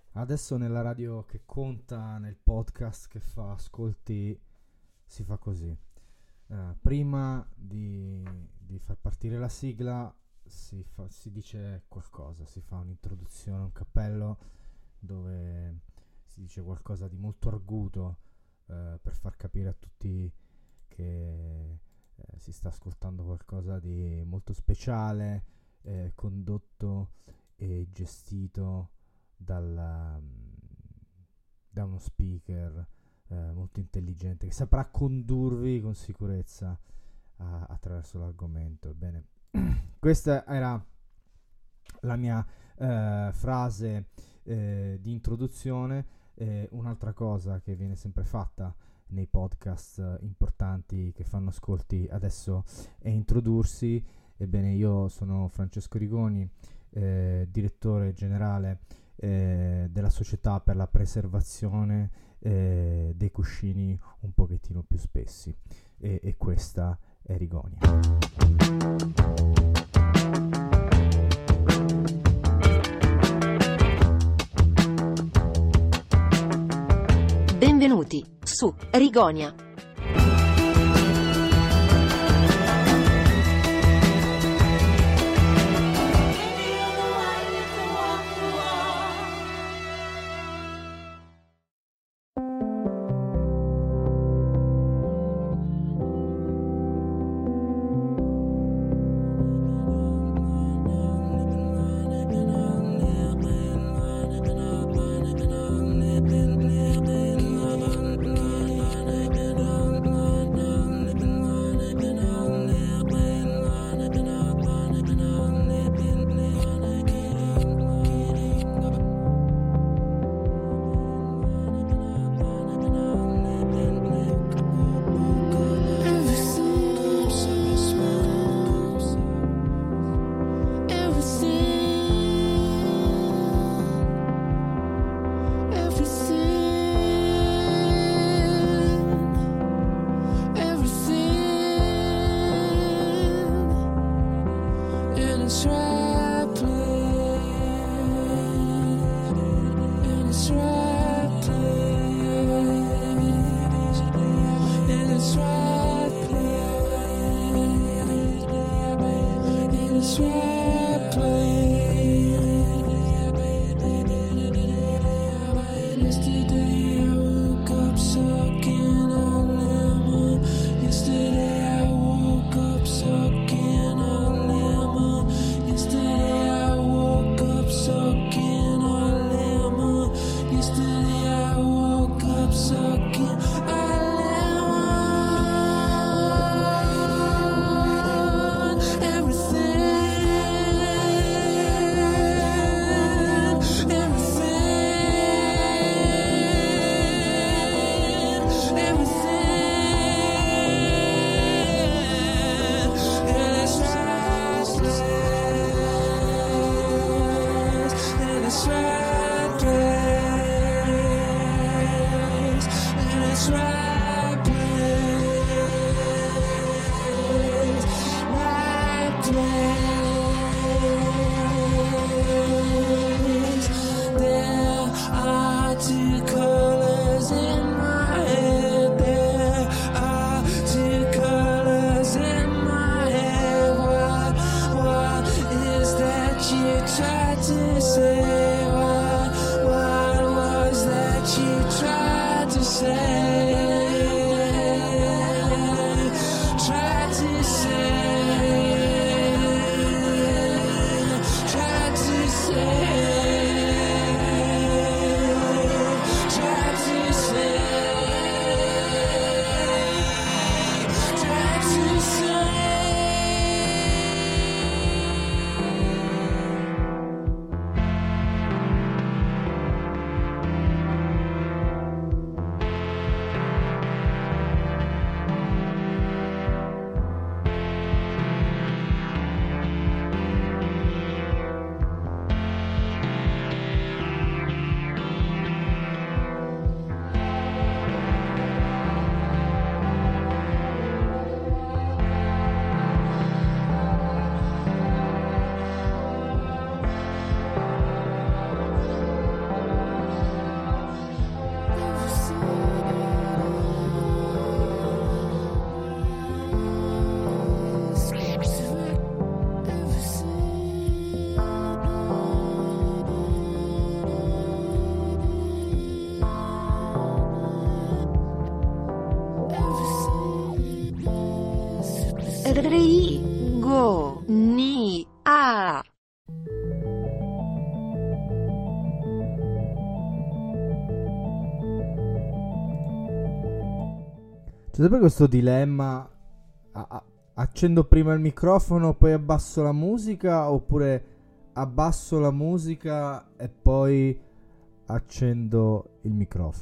Adesso nella radio che conta, nel podcast che fa ascolti, si fa così. Prima di far partire la sigla si dice qualcosa, si fa un'introduzione, un cappello dove si dice qualcosa di molto arguto per far capire a tutti che si sta ascoltando qualcosa di molto speciale, condotto e gestito da uno speaker molto intelligente che saprà condurvi con sicurezza attraverso l'argomento. Ebbene, questa era la mia frase di introduzione. Un'altra cosa che viene sempre fatta nei podcast importanti che fanno ascolti adesso è introdursi. Ebbene, io sono Francesco Rigoni, direttore generale della Società per la Preservazione dei Cuscini un pochettino più spessi, e questa è Rigonia. Benvenuti su Rigonia. Ah! C'è sempre questo dilemma, accendo prima il microfono poi abbasso la musica, oppure abbasso la musica e poi accendo il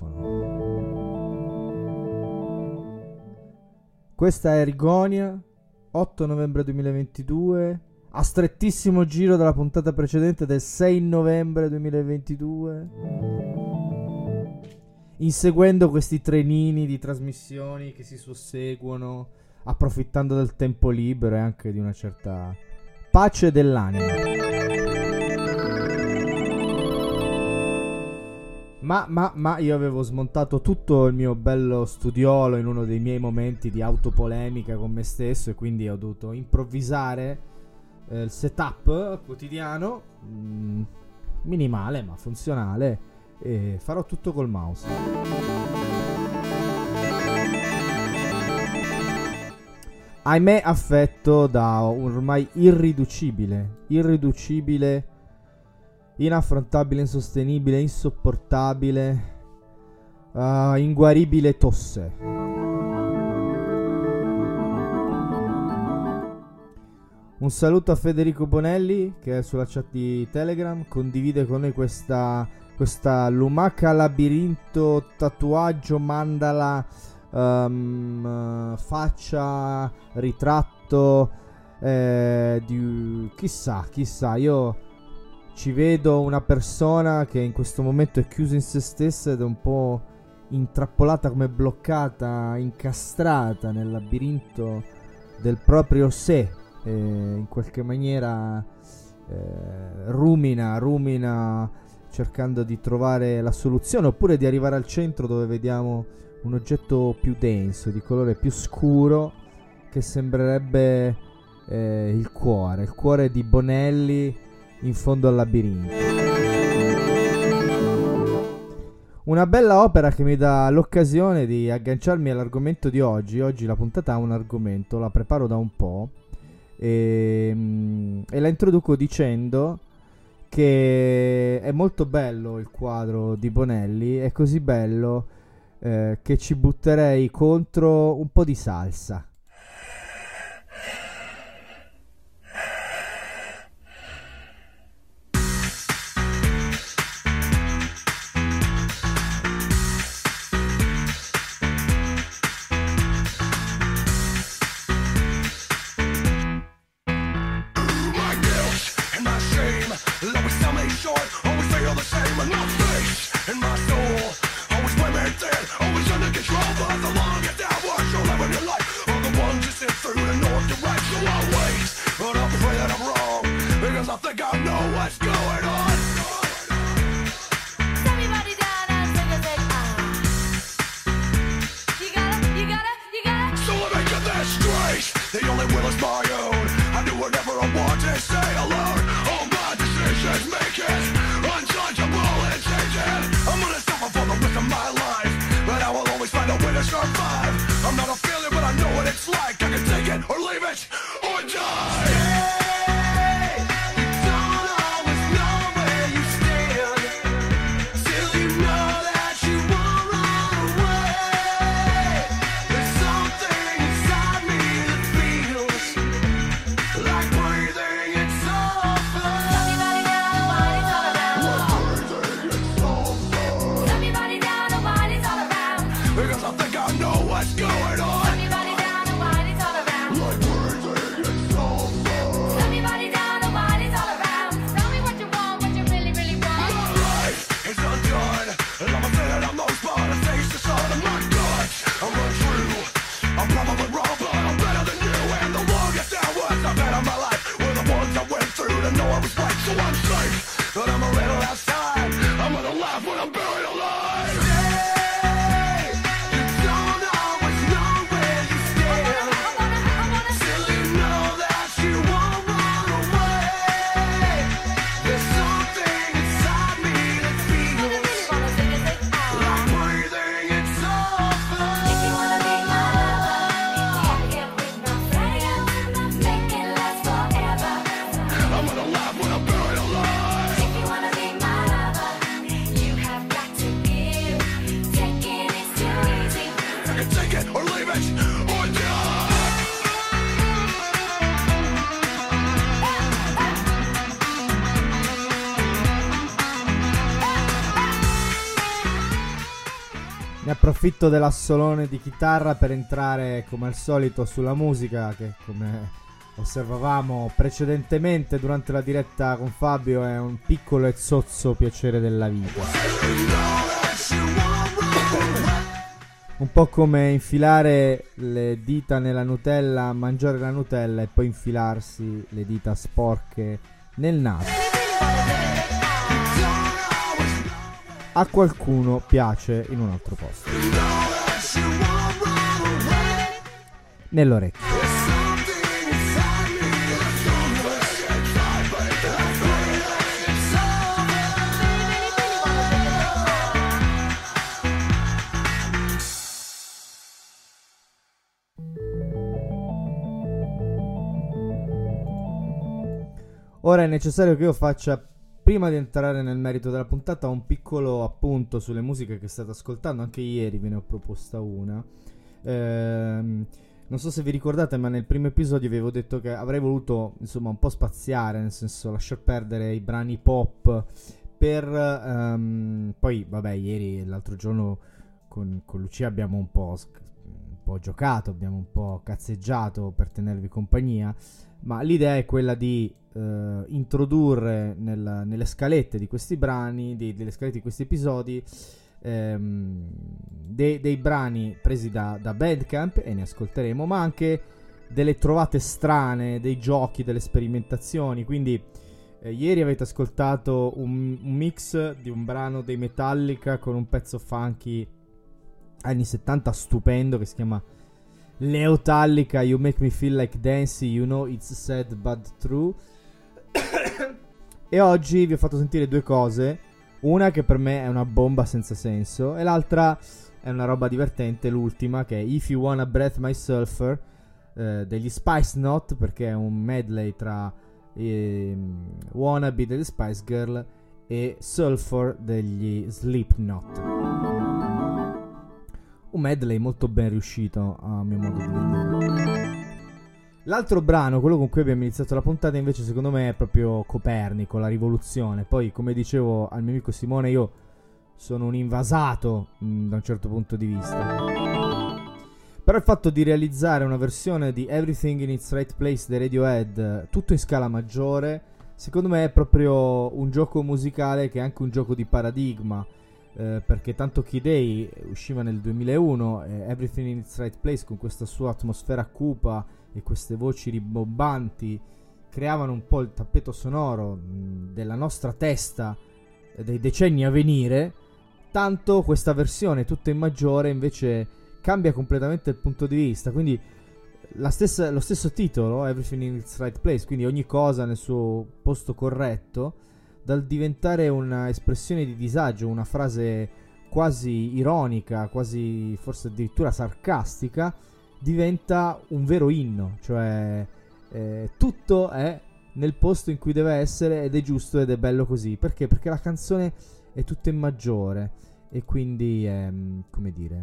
microfono. Questa è Rigonia, 8 novembre 2022, a strettissimo giro dalla puntata precedente del 6 novembre 2022. Inseguendo questi trenini di trasmissioni che si susseguono, approfittando del tempo libero e anche di una certa pace dell'anima. Ma io avevo smontato tutto il mio bello studiolo in uno dei miei momenti di autopolemica con me stesso, e quindi ho dovuto improvvisare il setup quotidiano, minimale ma funzionale, e farò tutto col mouse. Ahimè, affetto da un ormai irriducibile, inaffrontabile, insostenibile, insopportabile, inguaribile tosse. Un saluto a Federico Bonelli, che è sulla chat di Telegram, condivide con noi questa lumaca labirinto, tatuaggio, mandala, faccia, ritratto, di chissà, io ci vedo una persona che in questo momento è chiusa in se stessa ed è un po' intrappolata, come bloccata, incastrata nel labirinto del proprio sé, in qualche maniera rumina cercando di trovare la soluzione, oppure di arrivare al centro dove vediamo un oggetto più denso, di colore più scuro, che sembrerebbe il cuore di Bonelli in fondo al labirinto. Una bella opera che mi dà l'occasione di agganciarmi all'argomento di oggi. Oggi la puntata ha un argomento, la preparo da un po' e la introduco dicendo che è molto bello il quadro di Bonelli, è così bello che ci butterei contro un po' di salsa. Or leave it or die. Stay, you don't always Ne approfitto dell'assolone di chitarra per entrare come al solito sulla musica, che come osservavamo precedentemente durante la diretta con Fabio è un piccolo e zozzo piacere della vita. Un po' come infilare le dita nella Nutella, mangiare la Nutella e poi infilarsi le dita sporche nel naso. A qualcuno piace in un altro posto. Nell'orecchio. Ora è necessario che io faccia, prima di entrare nel merito della puntata, un piccolo appunto sulle musiche che state ascoltando. Anche ieri ve ne ho proposta una. Non so se vi ricordate, ma nel primo episodio vi avevo detto che avrei voluto insomma un po' spaziare, nel senso lasciar perdere i brani pop per poi vabbè, ieri e l'altro giorno con Lucia abbiamo un po' giocato, abbiamo un po' cazzeggiato per tenervi compagnia, ma l'idea è quella di introdurre nelle scalette di questi brani, delle scalette di questi episodi, dei brani presi da Bandcamp, e ne ascolteremo, ma anche delle trovate strane, dei giochi, delle sperimentazioni. Quindi ieri avete ascoltato un mix di un brano dei Metallica con un pezzo funky anni 70 stupendo che si chiama Leotallica, You Make Me Feel Like Dancing, You Know It's Sad But True. E oggi vi ho fatto sentire due cose, una che per me è una bomba senza senso e l'altra è una roba divertente, l'ultima, che è If You Wanna Breath My Sulfur degli Spice Not, perché è un medley tra Wannabe degli Spice Girl e Sulfur degli Slipknot. Un medley molto ben riuscito a mio modo di vedere. L'altro brano, quello con cui abbiamo iniziato la puntata, invece secondo me è proprio Copernico, la rivoluzione. Poi, come dicevo al mio amico Simone, io sono un invasato da un certo punto di vista. Però il fatto di realizzare una versione di Everything in Its Right Place dei Radiohead, tutto in scala maggiore, secondo me è proprio un gioco musicale che è anche un gioco di paradigma. Perché tanto Key Day usciva nel 2001, Everything in Its Right Place, con questa sua atmosfera cupa e queste voci rimbombanti, creavano un po' il tappeto sonoro della nostra testa dei decenni a venire. Tanto questa versione tutta in maggiore invece cambia completamente il punto di vista, quindi lo stesso titolo, Everything in Its Right Place, quindi ogni cosa nel suo posto corretto, dal diventare una espressione di disagio, una frase quasi ironica, quasi forse addirittura sarcastica, diventa un vero inno. Cioè tutto è nel posto in cui deve essere ed è giusto ed è bello così. Perché? Perché la canzone è tutta in maggiore e quindi come dire,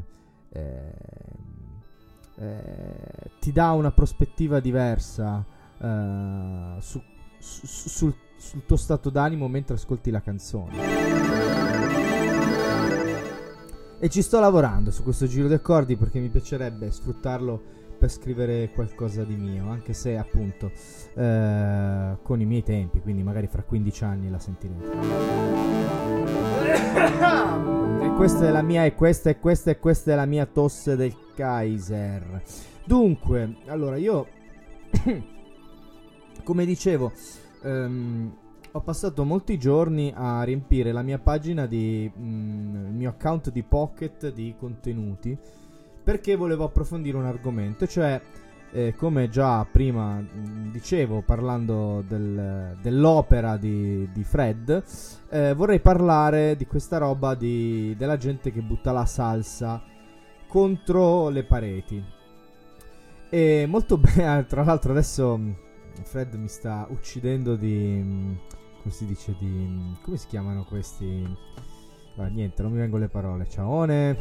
ti dà una prospettiva diversa sul tuo stato d'animo mentre ascolti la canzone. E ci sto lavorando su questo giro di accordi, perché mi piacerebbe sfruttarlo per scrivere qualcosa di mio, anche se appunto con i miei tempi, quindi magari fra 15 anni la sentirete. E questa è la mia, e questa è la mia tosse del Kaiser. Dunque, allora io come dicevo, ho passato molti giorni a riempire la mia pagina il mio account di Pocket di contenuti, perché volevo approfondire un argomento, cioè come già prima dicevo parlando dell'opera di Fred, vorrei parlare di questa roba della gente che butta la salsa contro le pareti. E molto bene, tra l'altro adesso Fred mi sta uccidendo come si dice, come si chiamano questi? Niente, non mi vengono le parole. Ciaone.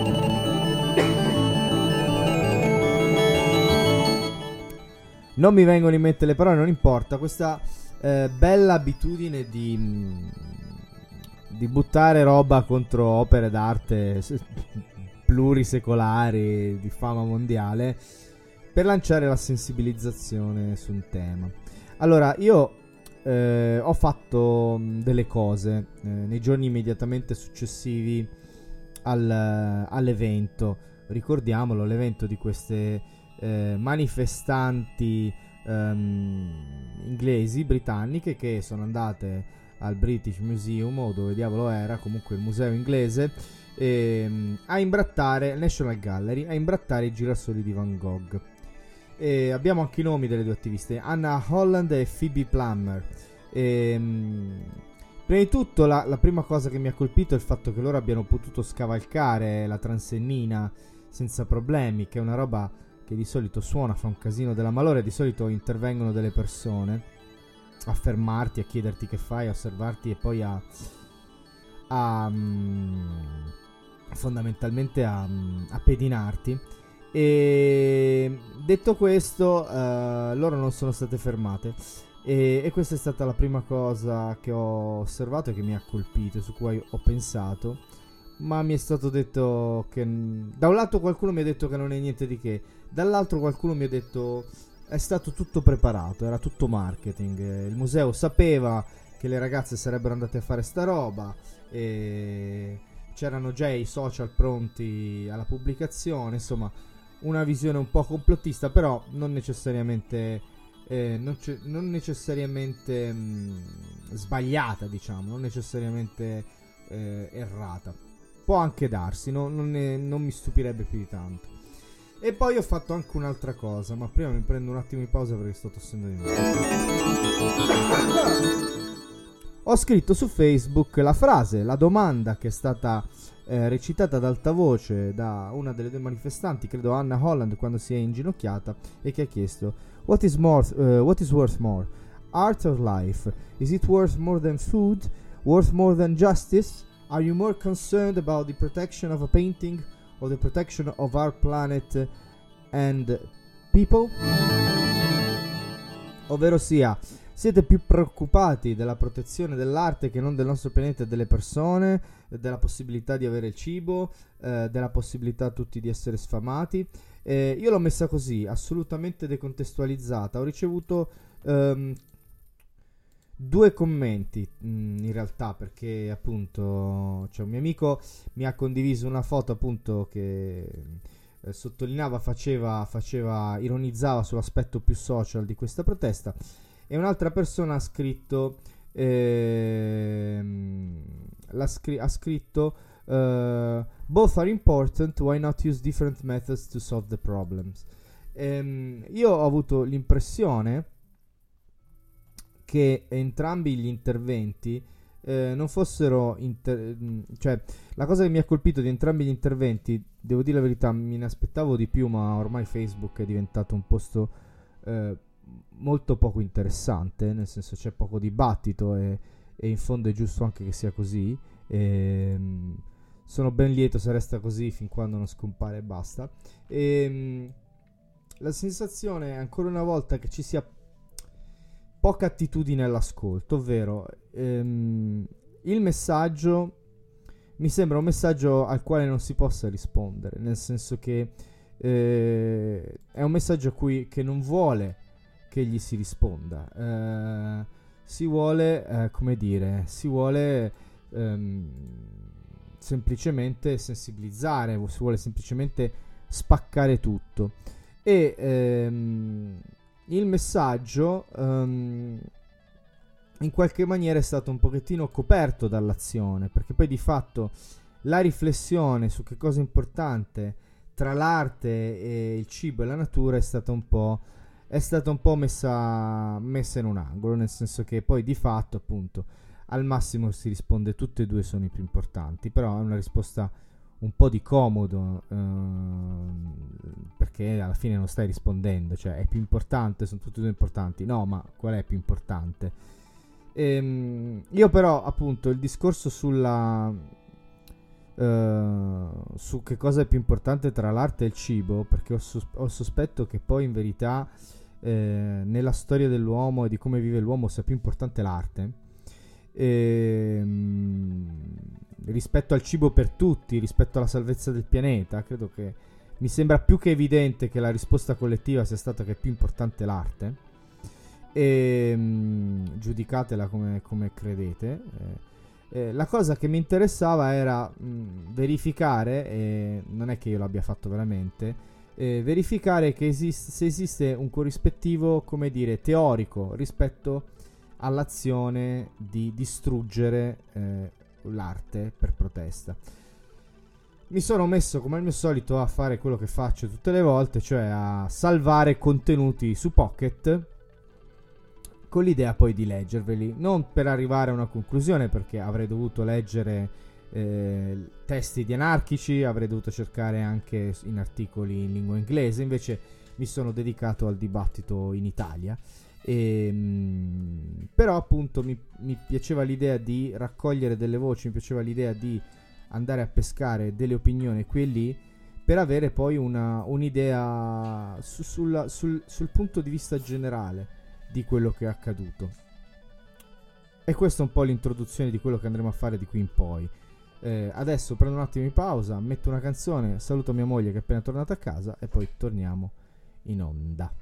Non mi vengono in mente le parole, non importa. Questa bella abitudine di buttare roba contro opere d'arte plurisecolari di fama mondiale, per lanciare la sensibilizzazione su un tema. Allora, io ho fatto delle cose nei giorni immediatamente successivi all'evento. Ricordiamolo, l'evento di queste manifestanti inglesi, britanniche, che sono andate al British Museum, o dove diavolo era, comunque il museo inglese, a imbrattare National Gallery, a imbrattare i girasoli di Van Gogh. E abbiamo anche i nomi delle due attiviste, Anna Holland e Phoebe Plummer. Prima di tutto la prima cosa che mi ha colpito è il fatto che loro abbiano potuto scavalcare la Transennina senza problemi, che è una roba che di solito suona, fa un casino della malora. Di solito intervengono delle persone a fermarti, a chiederti che fai, a osservarti e poi fondamentalmente a pedinarti. E detto questo, loro non sono state fermate, e questa è stata la prima cosa che ho osservato e che mi ha colpito, su cui ho pensato. Ma mi è stato detto che da un lato qualcuno mi ha detto che non è niente di che, dall'altro qualcuno mi ha detto è stato tutto preparato, era tutto marketing. Il museo sapeva che le ragazze sarebbero andate a fare sta roba e c'erano già i social pronti alla pubblicazione. Insomma, una visione un po' complottista, però non necessariamente sbagliata, diciamo, non necessariamente errata. Può anche darsi, non mi stupirebbe più di tanto. E poi ho fatto anche un'altra cosa, ma prima mi prendo un attimo di pausa perché sto tossendo di nuovo. Ho scritto su Facebook la frase, la domanda che è stata recitata ad alta voce da una delle due manifestanti, credo Anna Holland, quando si è inginocchiata, e che ha chiesto: what is worth more? Art or life? Is it worth more than food? Worth more than justice? Are you more concerned about the protection of a painting or the protection of our planet and people? Ovvero sia, siete più preoccupati della protezione dell'arte che non del nostro pianeta e delle persone, della possibilità di avere il cibo, della possibilità tutti di essere sfamati? Io l'ho messa così, assolutamente decontestualizzata. Ho ricevuto due commenti in realtà, perché appunto un mio amico mi ha condiviso una foto appunto che sottolineava, ironizzava sull'aspetto più social di questa protesta, e un'altra persona ha scritto both are important, why not use different methods to solve the problems. Io ho avuto l'impressione che entrambi gli interventi non fossero cioè, la cosa che mi ha colpito di entrambi gli interventi, devo dire la verità, me ne aspettavo di più, ma ormai Facebook è diventato un posto molto poco interessante, nel senso c'è poco dibattito, e in fondo è giusto anche che sia così. Sono ben lieto se resta così fin quando non scompare e basta. La sensazione è ancora una volta che ci sia poca attitudine all'ascolto, ovvero il messaggio mi sembra un messaggio al quale non si possa rispondere, nel senso che è un messaggio che non vuole che gli si risponda, si vuole semplicemente sensibilizzare, si vuole semplicemente spaccare tutto, e il messaggio in qualche maniera è stato un pochettino coperto dall'azione, perché poi di fatto la riflessione su che cosa è importante tra l'arte e il cibo e la natura è stata un po' messa in un angolo, nel senso che poi di fatto appunto al massimo si risponde tutte e due sono i più importanti, però è una risposta un po' di comodo, perché alla fine non stai rispondendo, cioè è più importante, sono tutti e due importanti, no, ma qual è più importante? Io però appunto il discorso su che cosa è più importante tra l'arte e il cibo, perché ho sospetto che poi in verità nella storia dell'uomo e di come vive l'uomo sia più importante l'arte, e rispetto al cibo per tutti, rispetto alla salvezza del pianeta, credo che mi sembra più che evidente che la risposta collettiva sia stata che è più importante l'arte, e giudicatela come credete. La cosa che mi interessava era verificare, e non è che io l'abbia fatto veramente, verificare che se esiste un corrispettivo, come dire, teorico rispetto all'azione di distruggere l'arte per protesta. Mi sono messo come al mio solito a fare quello che faccio tutte le volte, cioè a salvare contenuti su Pocket, con l'idea poi di leggerveli, non per arrivare a una conclusione, perché avrei dovuto leggere testi di anarchici, avrei dovuto cercare anche in articoli in lingua inglese, invece mi sono dedicato al dibattito in Italia. Però appunto mi piaceva l'idea di raccogliere delle voci, mi piaceva l'idea di andare a pescare delle opinioni qui e lì, per avere poi un'idea sul punto di vista generale di quello che è accaduto. E questa è un po' l'introduzione di quello che andremo a fare di qui in poi. Adesso prendo un attimo di pausa, metto una canzone, saluto mia moglie che è appena tornata a casa e poi torniamo in onda.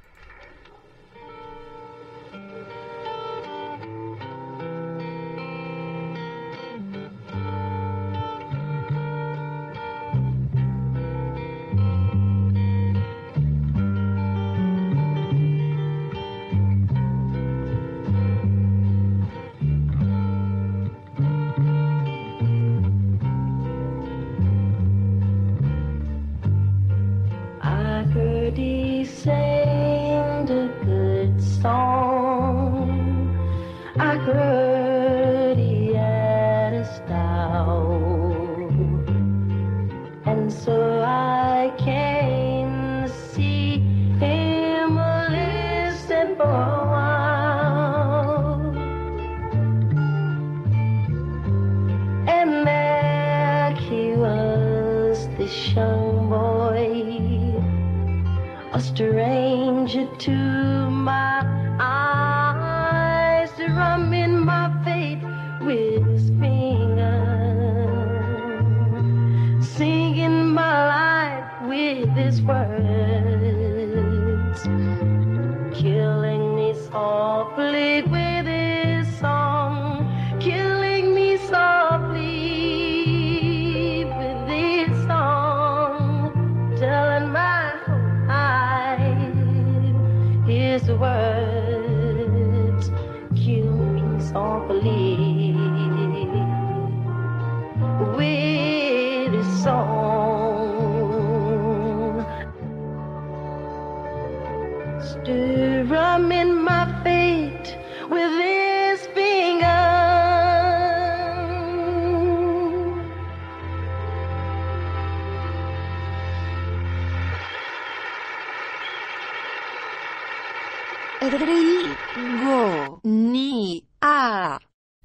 Rigonia.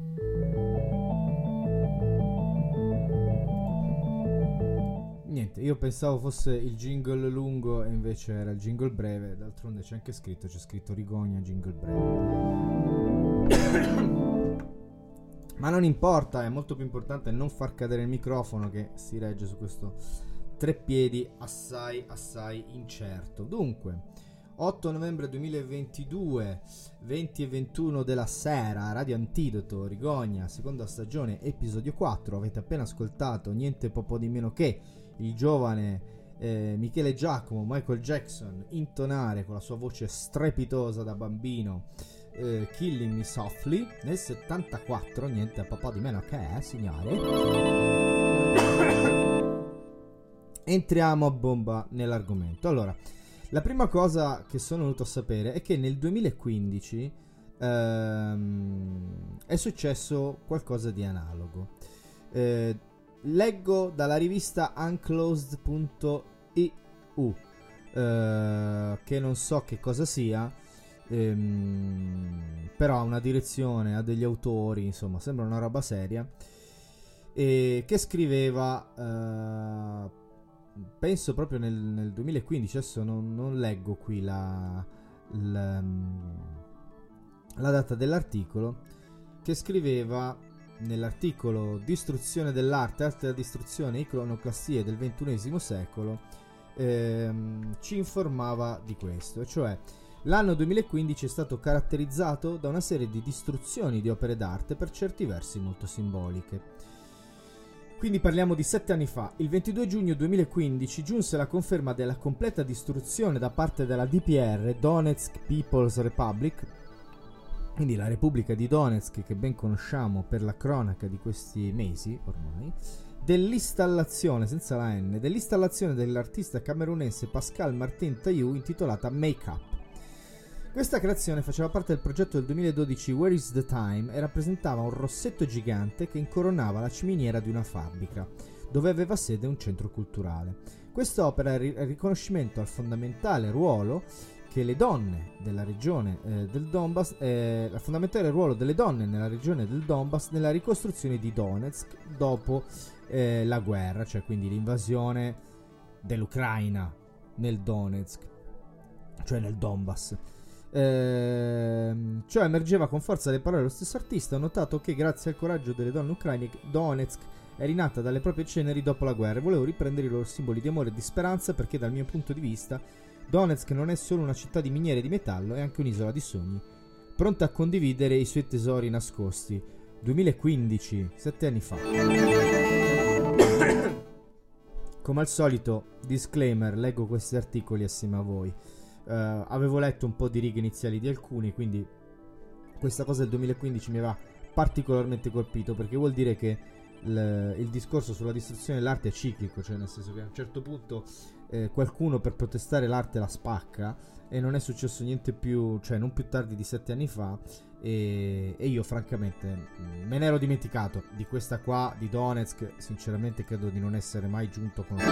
Niente, io pensavo fosse il jingle lungo e invece era il jingle breve. D'altronde c'è anche scritto, c'è scritto Rigonia jingle breve. Ma non importa, è molto più importante non far cadere il microfono che si regge su questo treppiedi assai incerto. Dunque, 8 novembre 2022, 20 e 21 della sera, Radio Antidoto, Rigonia, seconda stagione, episodio 4. Avete appena ascoltato niente po' di meno che il giovane Michele Giacomo, Michael Jackson, intonare con la sua voce strepitosa da bambino Killing Me Softly nel 74, niente po' di meno che signori. Entriamo a bomba nell'argomento. Allora, la prima cosa che sono venuto a sapere è che nel 2015 è successo qualcosa di analogo. Leggo dalla rivista unclosed.eu, che non so che cosa sia, però ha una direzione, ha degli autori, insomma sembra una roba seria, che scriveva penso proprio nel 2015, adesso non leggo qui la data dell'articolo, che scriveva nell'articolo Distruzione dell'arte, arte della distruzione, iconoclastie del XXI secolo, ci informava di questo, cioè l'anno 2015 è stato caratterizzato da una serie di distruzioni di opere d'arte per certi versi molto simboliche. Quindi parliamo di 7 anni fa. Il 22 giugno 2015 giunse la conferma della completa distruzione da parte della DPR, Donetsk People's Republic, quindi la Repubblica di Donetsk che ben conosciamo per la cronaca di questi mesi ormai, dell'installazione, senza la N, dell'installazione dell'artista camerunense Pascal Martin Taillou intitolata Make Up. Questa creazione faceva parte del progetto del 2012 Where is the Time e rappresentava un rossetto gigante che incoronava la ciminiera di una fabbrica, dove aveva sede un centro culturale. Quest'opera è il riconoscimento al fondamentale ruolo che le donne della regione del Donbass, il fondamentale ruolo delle donne nella regione del Donbass nella ricostruzione di Donetsk dopo la guerra, cioè quindi l'invasione dell'Ucraina nel Donetsk, cioè nel Donbass. Cioè emergeva con forza le parole dello stesso artista. Ho notato che grazie al coraggio delle donne ucraine Donetsk è rinata dalle proprie ceneri dopo la guerra e volevo riprendere i loro simboli di amore e di speranza, perché dal mio punto di vista Donetsk non è solo una città di miniere di metallo, è anche un'isola di sogni pronta a condividere i suoi tesori nascosti. 2015, 7 anni fa. Come al solito, disclaimer, leggo questi articoli assieme a voi. Avevo letto un po' di righe iniziali di alcuni, quindi questa cosa del 2015 mi aveva particolarmente colpito, perché vuol dire che il discorso sulla distruzione dell'arte è ciclico, cioè nel senso che a un certo punto qualcuno per protestare l'arte la spacca, e non è successo niente più, cioè non più tardi di 7 anni fa, e io francamente me ne ero dimenticato di questa qua di Donetsk. Sinceramente credo di non essere mai giunto con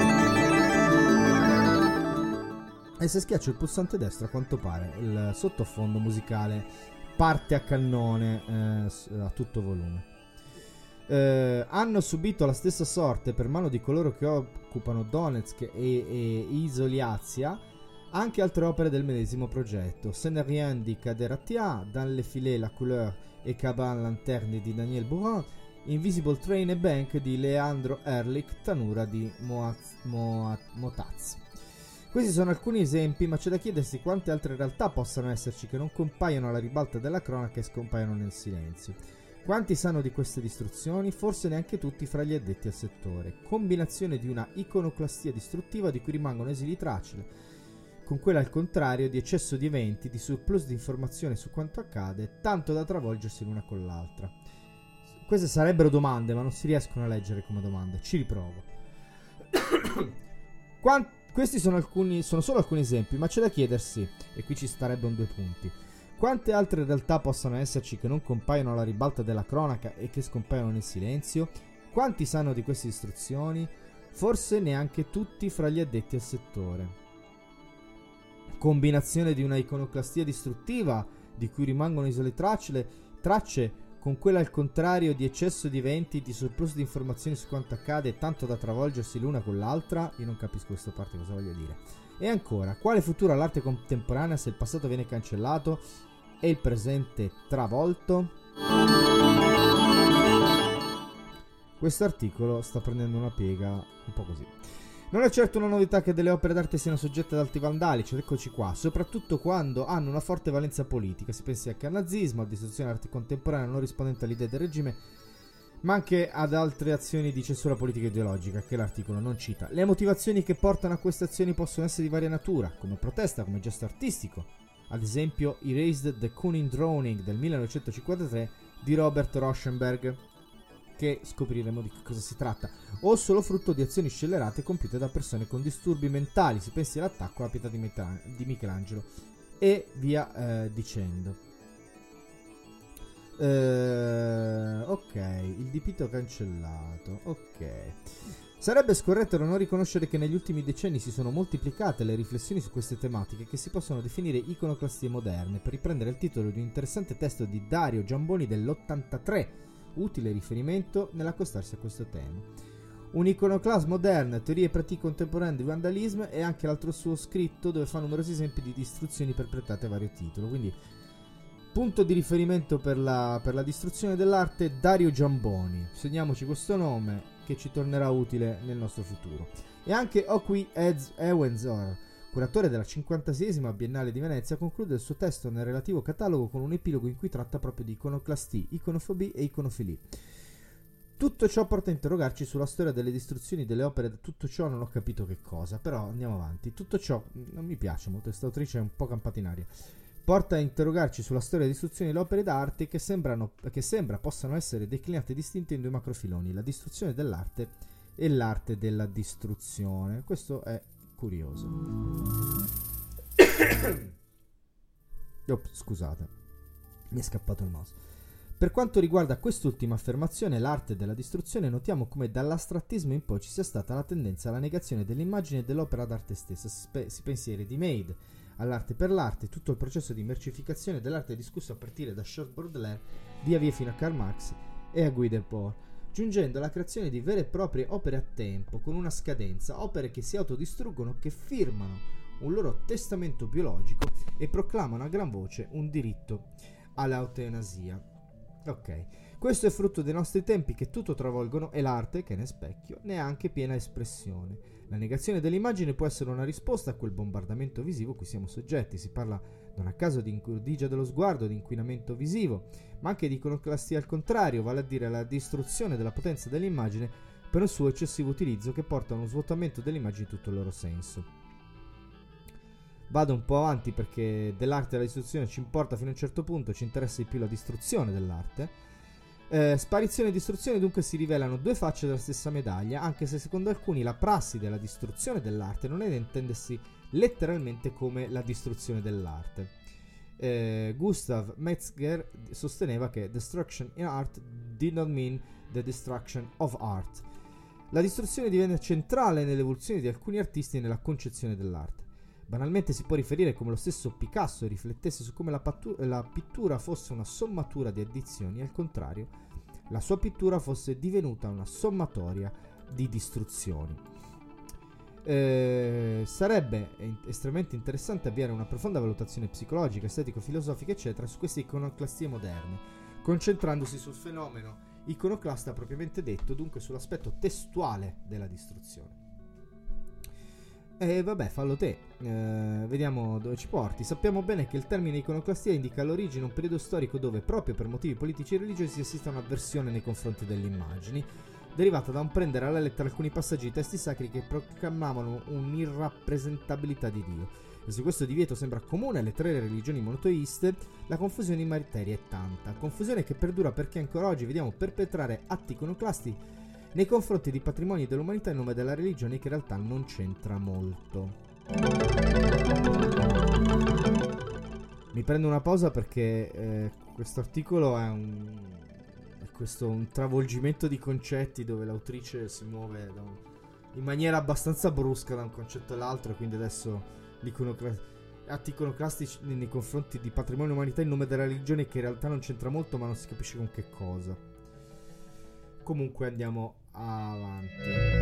e se schiaccio il pulsante destro, a quanto pare il sottofondo musicale parte a cannone a tutto volume. Hanno subito la stessa sorte, per mano di coloro che occupano Donetsk e Izoliazia, anche altre opere del medesimo progetto: Ce n'est rien di Kader Attia, Dans les filets la couleur e Cabane lanterne di Daniel Bourin, Invisible Train e Bank di Leandro Erlich, Tanura di Motaz. Questi sono alcuni esempi, ma c'è da chiedersi quante altre realtà possano esserci che non compaiono alla ribalta della cronaca e scompaiono nel silenzio. Quanti sanno di queste distruzioni? Forse neanche tutti fra gli addetti al settore. Combinazione di una iconoclastia distruttiva di cui rimangono esili tracce, con quella al contrario di eccesso di eventi, di surplus di informazione su quanto accade, tanto da travolgersi l'una con l'altra. Queste sarebbero domande, ma non si riescono a leggere come domande. Ci riprovo. Questi sono solo alcuni esempi, ma c'è da chiedersi, e qui ci starebbe un 2 punti, quante altre realtà possano esserci che non compaiono alla ribalta della cronaca e che scompaiono nel silenzio? Quanti sanno di queste distruzioni? Forse neanche tutti fra gli addetti al settore. Combinazione di una iconoclastia distruttiva di cui rimangono isole tracce, con quella al contrario di eccesso di eventi, di surplus di informazioni su quanto accade, tanto da travolgersi l'una con l'altra. Io non capisco questa parte cosa voglia dire. E ancora, quale futuro all'arte contemporanea se il passato viene cancellato e il presente travolto? Questo articolo sta prendendo una piega un po' così. Non è certo una novità che delle opere d'arte siano soggette ad atti vandalici, eccoci qua, soprattutto quando hanno una forte valenza politica. Si pensi anche al nazismo, alla distruzione dell'arte contemporanea non rispondente all'idea del regime, ma anche ad altre azioni di censura politica e ideologica che l'articolo non cita. Le motivazioni che portano a queste azioni possono essere di varia natura, come protesta, come gesto artistico. Ad esempio, Erased the Kunin Drowning del 1953 di Robert Rauschenberg, che scopriremo di che cosa si tratta, o solo frutto di azioni scellerate compiute da persone con disturbi mentali. Si pensi all'attacco alla pietà di Michelangelo e via dicendo. Ok, il dipinto cancellato. Ok. Sarebbe scorretto non riconoscere che negli ultimi decenni si sono moltiplicate le riflessioni su queste tematiche, che si possono definire iconoclastie moderne, per riprendere il titolo di un interessante testo di Dario Giamboni dell'83, utile riferimento nell'accostarsi a questo tema. Un'iconoclastia moderna, teorie e pratiche contemporanee di vandalismo, è anche l'altro suo scritto dove fa numerosi esempi di distruzioni perpetrate a vario titolo. Quindi Punto di riferimento per la distruzione dell'arte, Dario Giamboni. Segniamoci questo nome che ci tornerà utile nel nostro futuro. E anche Okwi Ewenzor, curatore della 56esima Biennale di Venezia, conclude il suo testo nel relativo catalogo con un epilogo in cui tratta proprio di iconoclastia, iconofobia e iconofilia. Tutto ciò porta a interrogarci sulla storia delle distruzioni delle opere. Tutto ciò non ho capito che cosa, però andiamo avanti. Tutto ciò non mi piace molto, questa autrice è un po' campata in aria. Porta a interrogarci sulla storia delle distruzioni delle opere d'arte che sembra possano essere declinate distinte in due macrofiloni: la distruzione dell'arte e l'arte della distruzione. Questo è curioso. Scusate, mi è scappato il mouse. Per quanto riguarda quest'ultima affermazione, l'arte della distruzione, notiamo come dall'astrattismo in poi ci sia stata la tendenza alla negazione dell'immagine e dell'opera d'arte stessa. Si pensieri di Mead all'arte per l'arte, tutto il processo di mercificazione dell'arte discusso a partire da Charles Baudelaire via fino a Karl Marx e a Guy Debord, giungendo alla creazione di vere e proprie opere a tempo, con una scadenza, opere che si autodistruggono, che firmano un loro testamento biologico e proclamano a gran voce un diritto all'eutanasia. Ok, questo è frutto dei nostri tempi che tutto travolgono e l'arte, che ne è specchio, ne è anche piena espressione. La negazione dell'immagine può essere una risposta a quel bombardamento visivo cui siamo soggetti. Si parla non a caso di ingordigia dello sguardo, di inquinamento visivo, ma anche di iconoclastia al contrario, vale a dire la distruzione della potenza dell'immagine per il suo eccessivo utilizzo che porta a uno svuotamento dell'immagine in tutto il loro senso. Vado un po' avanti perché dell'arte e della distruzione ci importa fino a un certo punto, ci interessa di più la distruzione dell'arte. Sparizione e distruzione dunque si rivelano due facce della stessa medaglia, anche se secondo alcuni la prassi della distruzione dell'arte non è da intendersi letteralmente come la distruzione dell'arte. Gustav Metzger sosteneva che destruction in art did not mean the destruction of art. La distruzione divenne centrale nell'evoluzione di alcuni artisti e nella concezione dell'arte. Banalmente si può riferire come lo stesso Picasso riflettesse su come la pittura fosse una sommatura di addizioni e al contrario la sua pittura fosse divenuta una sommatoria di distruzioni. Sarebbe estremamente interessante avviare una profonda valutazione psicologica, estetico-filosofica eccetera su queste iconoclastie moderne, concentrandosi sul fenomeno iconoclasta propriamente detto, dunque sull'aspetto testuale della distruzione. Vabbè, fallo te, vediamo dove ci porti. Sappiamo bene che il termine iconoclastia indica all'origine un periodo storico dove, proprio per motivi politici e religiosi, si assiste a un'avversione nei confronti delle immagini, derivata da un prendere alla lettera alcuni passaggi di testi sacri che proclamavano un'irrappresentabilità di Dio. E se questo divieto sembra comune alle tre religioni monoteiste, la confusione in materia è tanta. Confusione che perdura perché ancora oggi vediamo perpetrare atti iconoclasti nei confronti di patrimoni dell'umanità in nome della religione che in realtà non c'entra molto. Mi prendo una pausa perché questo articolo è un travolgimento di concetti dove l'autrice si muove in maniera abbastanza brusca da un concetto all'altro, e quindi adesso atti iconoclastici nei confronti di patrimonio dell'umanità in nome della religione che in realtà non c'entra molto, ma non si capisce con che cosa. Comunque andiamo avanti.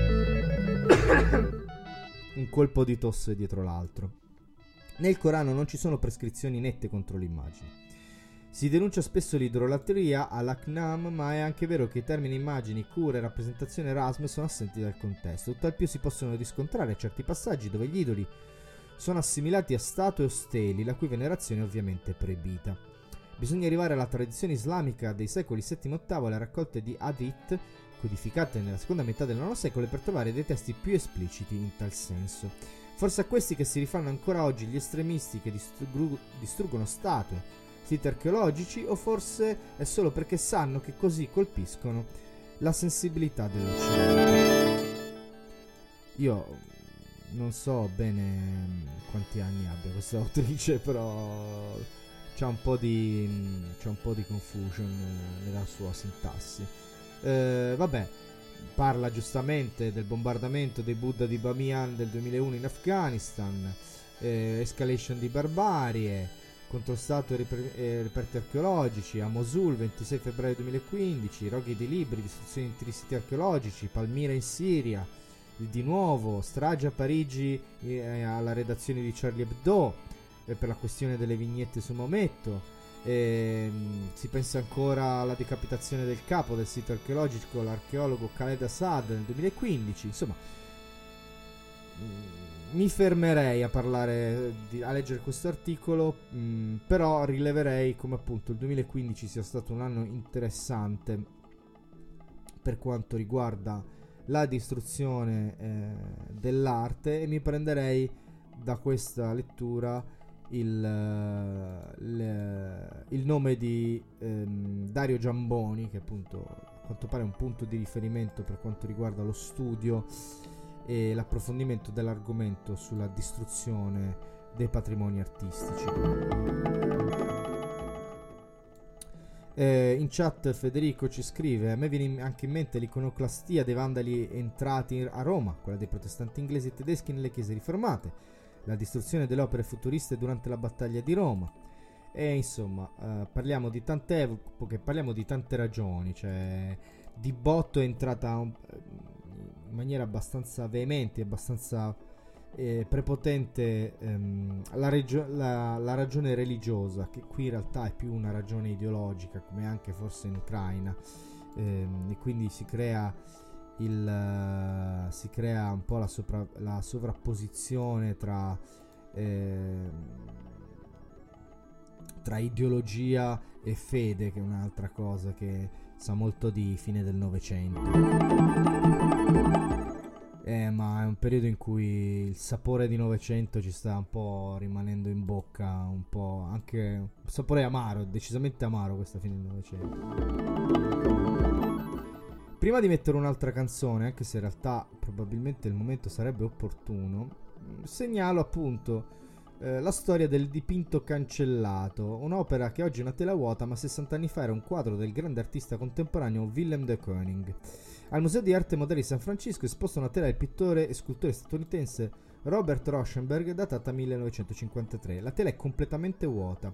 Un colpo di tosse dietro l'altro. Nel Corano non ci sono prescrizioni nette contro l'immagine. Si denuncia spesso l'idrolatria all'Aknam, ma è anche vero che i termini immagini, cura e rappresentazione Erasme sono assenti dal contesto. Tutt'al più si possono riscontrare certi passaggi dove gli idoli sono assimilati a statue o steli, la cui venerazione è ovviamente proibita. Bisogna arrivare alla tradizione islamica dei secoli VII e VIII, alle raccolte di Hadith, codificate nella seconda metà del IX secolo, per trovare dei testi più espliciti in tal senso. Forse a questi che si rifanno ancora oggi gli estremisti che distruggono statue, siti archeologici, o forse è solo perché sanno che così colpiscono la sensibilità dell'Occidente. Io non so bene quanti anni abbia questa autrice, però c'è un po' di confusion nella sua sintassi. Vabbè, parla giustamente del bombardamento dei Buddha di Bamiyan del 2001 in Afghanistan, escalation di barbarie, contro statue e reperti archeologici, a Mosul 26 febbraio 2015, roghi di libri, distruzione di interi siti archeologici, Palmira in Siria, di nuovo, strage a Parigi alla redazione di Charlie Hebdo, per la questione delle vignette su Maometto, Si pensa ancora alla decapitazione del capo del sito archeologico, l'archeologo Khaled Assad, nel 2015. Insomma, mi fermerei a parlare, a leggere questo articolo, però rileverei come appunto il 2015 sia stato un anno interessante per quanto riguarda la distruzione dell'arte, e mi prenderei da questa lettura il nome di Dario Giamboni, che appunto a quanto pare è un punto di riferimento per quanto riguarda lo studio e l'approfondimento dell'argomento sulla distruzione dei patrimoni artistici. In chat Federico ci scrive: a me viene anche in mente l'iconoclastia dei vandali entrati a Roma, quella dei protestanti inglesi e tedeschi nelle chiese riformate, la distruzione delle opere futuriste durante la battaglia di Roma. E insomma, parliamo di tante epoche, parliamo di tante ragioni. Cioè, di botto è entrata in maniera abbastanza veemente, abbastanza prepotente la ragione religiosa, che qui in realtà è più una ragione ideologica, come anche forse in Ucraina, e quindi si crea un po' la sovrapposizione tra ideologia e fede, che è un'altra cosa che sa molto di fine del Novecento. Ma è un periodo in cui il sapore di Novecento ci sta un po' rimanendo in bocca, un po' anche un sapore amaro, decisamente amaro questa fine del Novecento. Prima di mettere un'altra canzone, anche se in realtà probabilmente il momento sarebbe opportuno, segnalo appunto la storia del dipinto cancellato, un'opera che oggi è una tela vuota, ma 60 anni fa era un quadro del grande artista contemporaneo Willem de Kooning. Al Museo di Arte Moderna di San Francisco è esposta una tela del pittore e scultore statunitense Robert Rauschenberg, datata 1953. La tela è completamente vuota.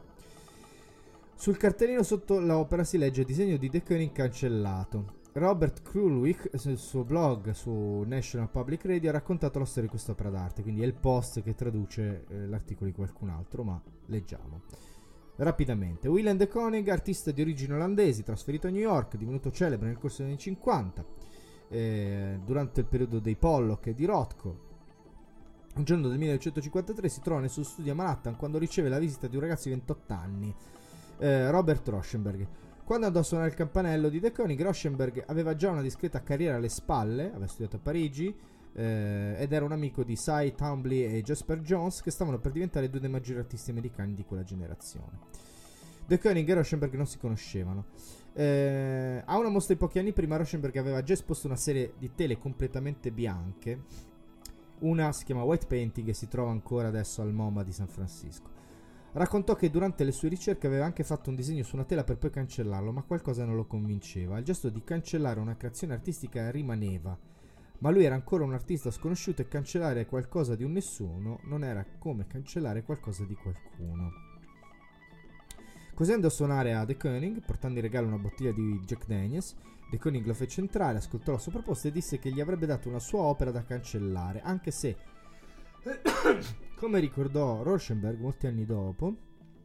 Sul cartellino sotto l'opera si legge il disegno di de Kooning cancellato. Robert Krulwich, sul suo blog su National Public Radio, ha raccontato la storia di quest'opera d'arte, quindi è il post che traduce l'articolo di qualcun altro, ma leggiamo rapidamente. Willem de Kooning, artista di origini olandesi, trasferito a New York, divenuto celebre nel corso degli anni 50, durante il periodo dei Pollock e di Rothko. Un giorno del 1953 si trova nel suo studio a Manhattan quando riceve la visita di un ragazzo di 28 anni, Robert Rauschenberg. Quando andò a suonare il campanello di de Kooning, Rauschenberg aveva già una discreta carriera alle spalle, aveva studiato a Parigi, ed era un amico di Cy Twombly e Jasper Johns, che stavano per diventare due dei maggiori artisti americani di quella generazione. De Kooning e Rauschenberg non si conoscevano. A una mostra di pochi anni prima, Rauschenberg aveva già esposto una serie di tele completamente bianche. Una si chiama White Painting e si trova ancora adesso al MoMA di San Francisco. Raccontò che durante le sue ricerche aveva anche fatto un disegno su una tela per poi cancellarlo, ma qualcosa non lo convinceva. Il gesto di cancellare una creazione artistica rimaneva, ma lui era ancora un artista sconosciuto e cancellare qualcosa di un nessuno non era come cancellare qualcosa di qualcuno. Così andò a suonare a de Kooning, portando in regalo una bottiglia di Jack Daniels. De Kooning lo fece entrare, ascoltò la sua proposta e disse che gli avrebbe dato una sua opera da cancellare, anche se, come ricordò Rauschenberg molti anni dopo,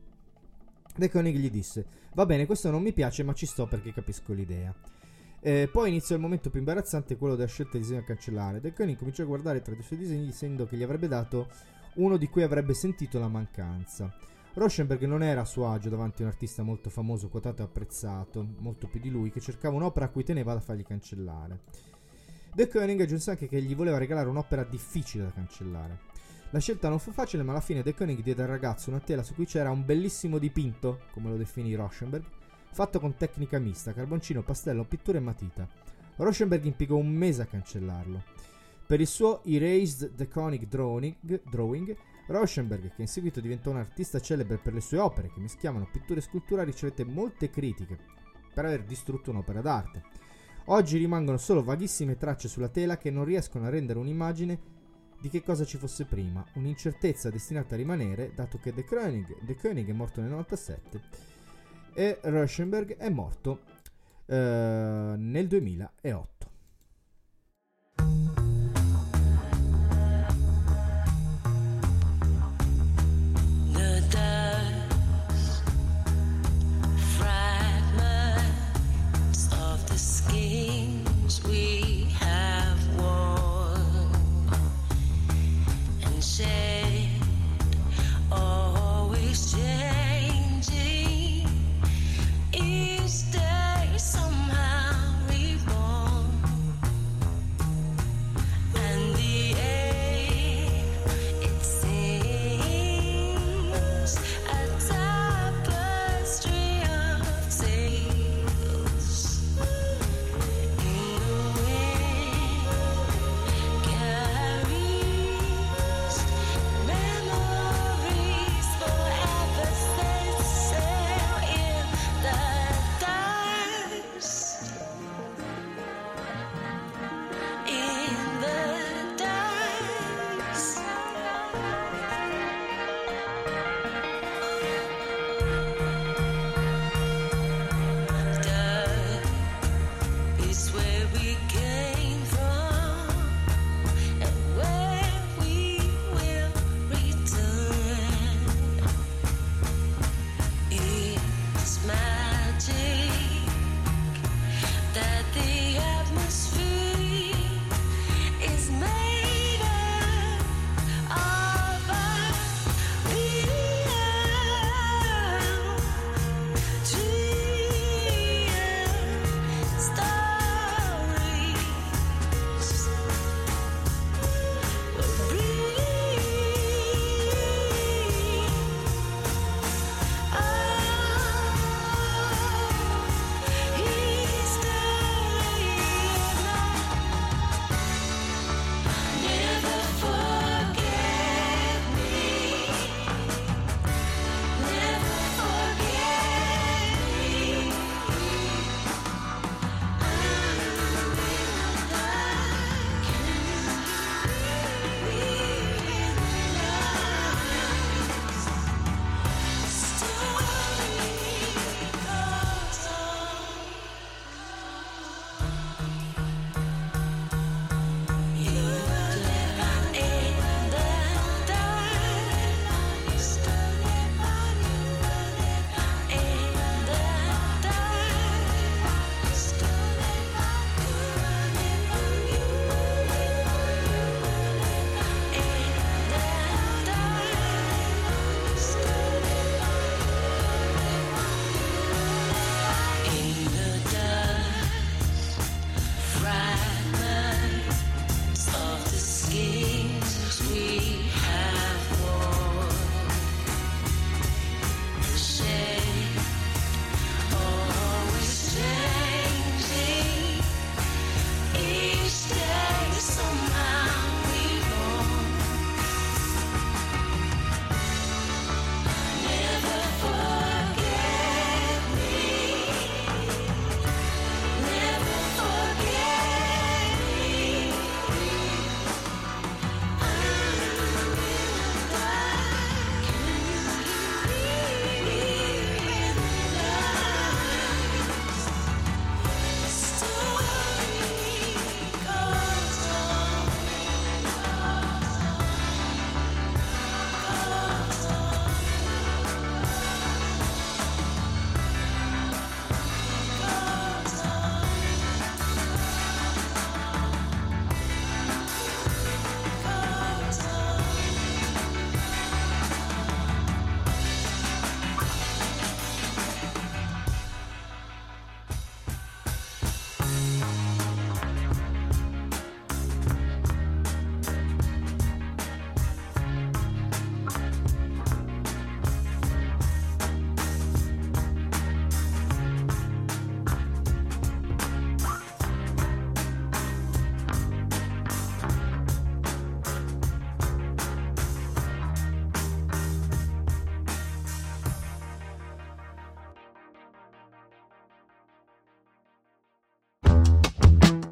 de Kooning gli disse: va bene, questo non mi piace, ma ci sto perché capisco l'idea. Poi iniziò il momento più imbarazzante, quello della scelta di disegno a cancellare. De Kooning cominciò a guardare tra i suoi disegni dicendo che gli avrebbe dato uno di cui avrebbe sentito la mancanza. Rauschenberg non era a suo agio davanti a un artista molto famoso, quotato e apprezzato, molto più di lui, che cercava un'opera a cui teneva da fargli cancellare. De Kooning aggiunse anche che gli voleva regalare un'opera difficile da cancellare. La scelta non fu facile, ma alla fine de Kooning diede al ragazzo una tela su cui c'era un bellissimo dipinto, come lo definì Rauschenberg, fatto con tecnica mista, carboncino, pastello, pittura e matita. Rauschenberg impiegò un mese a cancellarlo. Per il suo Erased de Kooning Drawing, Rauschenberg, che in seguito diventò un artista celebre per le sue opere che mischiavano pittura e scultura, ricevette molte critiche per aver distrutto un'opera d'arte. Oggi rimangono solo vaghissime tracce sulla tela che non riescono a rendere un'immagine di che cosa ci fosse prima, un'incertezza destinata a rimanere, dato che de Kooning è morto nel 97 e Rauschenberg è morto nel 2008.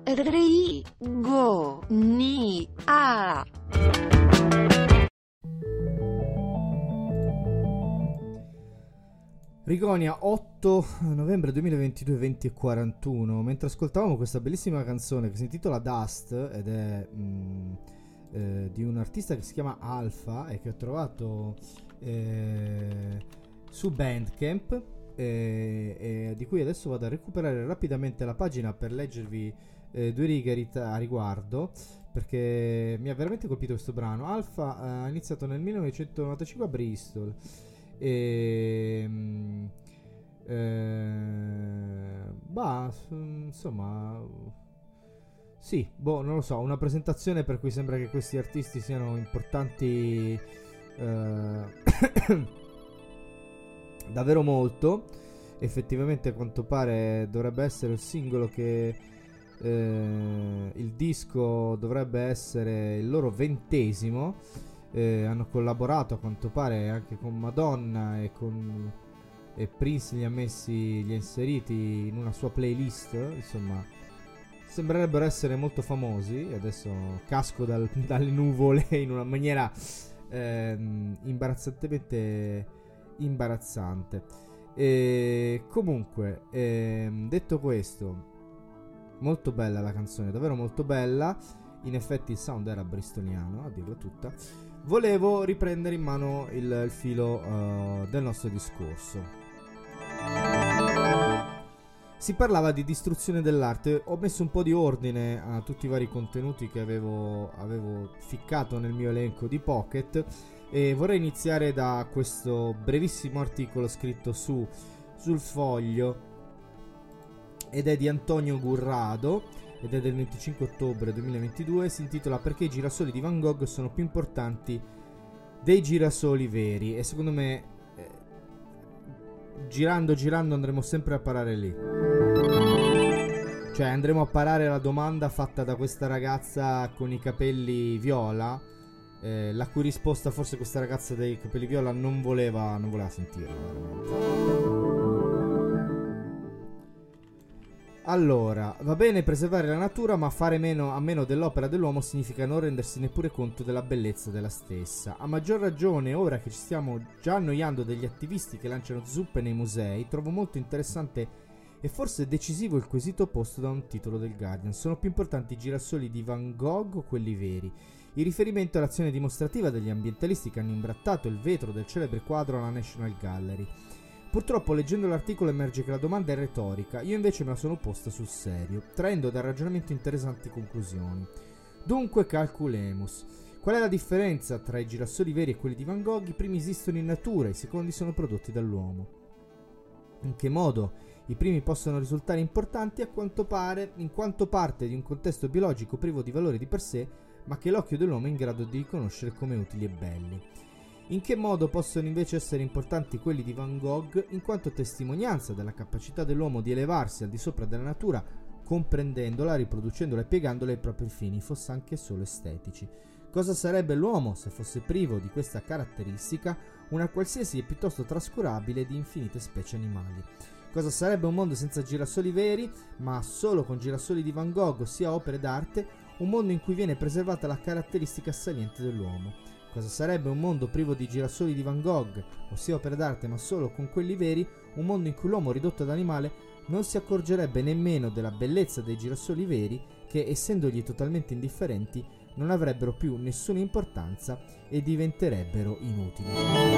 Rigonia. Rigonia, 8 novembre 2022, 20:41. Mentre ascoltavamo questa bellissima canzone che si intitola Dust ed è di un artista che si chiama Alpha e che ho trovato su Bandcamp, e di cui adesso vado a recuperare rapidamente la pagina per leggervi due righe a riguardo, perché mi ha veramente colpito questo brano. Alpha ha iniziato nel 1995 a Bristol e insomma sì, non lo so, una presentazione per cui sembra che questi artisti siano importanti davvero molto. Effettivamente a quanto pare dovrebbe essere il singolo che il disco dovrebbe essere il loro 20°. Hanno collaborato a quanto pare anche con Madonna e Prince li ha inseriti in una sua playlist. Insomma, sembrerebbero essere molto famosi. Adesso casco dalle nuvole in una maniera imbarazzantemente imbarazzante. Comunque, detto questo, molto bella la canzone, davvero molto bella. In effetti il sound era bristoliano, a dirla tutta. Volevo riprendere in mano il filo del nostro discorso. Si parlava di distruzione dell'arte. Ho messo un po' di ordine a tutti i vari contenuti che avevo ficcato nel mio elenco di Pocket, e vorrei iniziare da questo brevissimo articolo scritto sul Foglio, ed è di Antonio Gurrado ed è del 25 ottobre 2022. Si intitola "Perché i girasoli di Van Gogh sono più importanti dei girasoli veri", e secondo me girando andremo sempre a parare lì. Cioè andremo a parare la domanda fatta da questa ragazza con i capelli viola, la cui risposta forse questa ragazza dei capelli viola non voleva sentire veramente. Allora, va bene preservare la natura, ma fare a meno dell'opera dell'uomo significa non rendersi neppure conto della bellezza della stessa. A maggior ragione, ora che ci stiamo già annoiando degli attivisti che lanciano zuppe nei musei, trovo molto interessante e forse decisivo il quesito posto da un titolo del Guardian. Sono più importanti i girasoli di Van Gogh o quelli veri? Il riferimento all'azione dimostrativa degli ambientalisti che hanno imbrattato il vetro del celebre quadro alla National Gallery. Purtroppo leggendo l'articolo emerge che la domanda è retorica, io invece me la sono posta sul serio, traendo dal ragionamento interessanti conclusioni. Dunque calculemus. Qual è la differenza tra i girasoli veri e quelli di Van Gogh? I primi esistono in natura, i secondi sono prodotti dall'uomo. In che modo i primi possono risultare importanti? A quanto pare, in quanto parte di un contesto biologico privo di valore di per sé, ma che l'occhio dell'uomo è in grado di riconoscere come utili e belli. In che modo possono invece essere importanti quelli di Van Gogh? In quanto testimonianza della capacità dell'uomo di elevarsi al di sopra della natura, comprendendola, riproducendola e piegandola ai propri fini, fosse anche solo estetici. Cosa sarebbe l'uomo se fosse privo di questa caratteristica, una qualsiasi e piuttosto trascurabile di infinite specie animali? Cosa sarebbe un mondo senza girasoli veri, ma solo con girasoli di Van Gogh, ossia opere d'arte, un mondo in cui viene preservata la caratteristica saliente dell'uomo? Cosa sarebbe un mondo privo di girasoli di Van Gogh, ossia opere d'arte, ma solo con quelli veri, un mondo in cui l'uomo ridotto ad animale non si accorgerebbe nemmeno della bellezza dei girasoli veri, che, essendogli totalmente indifferenti, non avrebbero più nessuna importanza e diventerebbero inutili.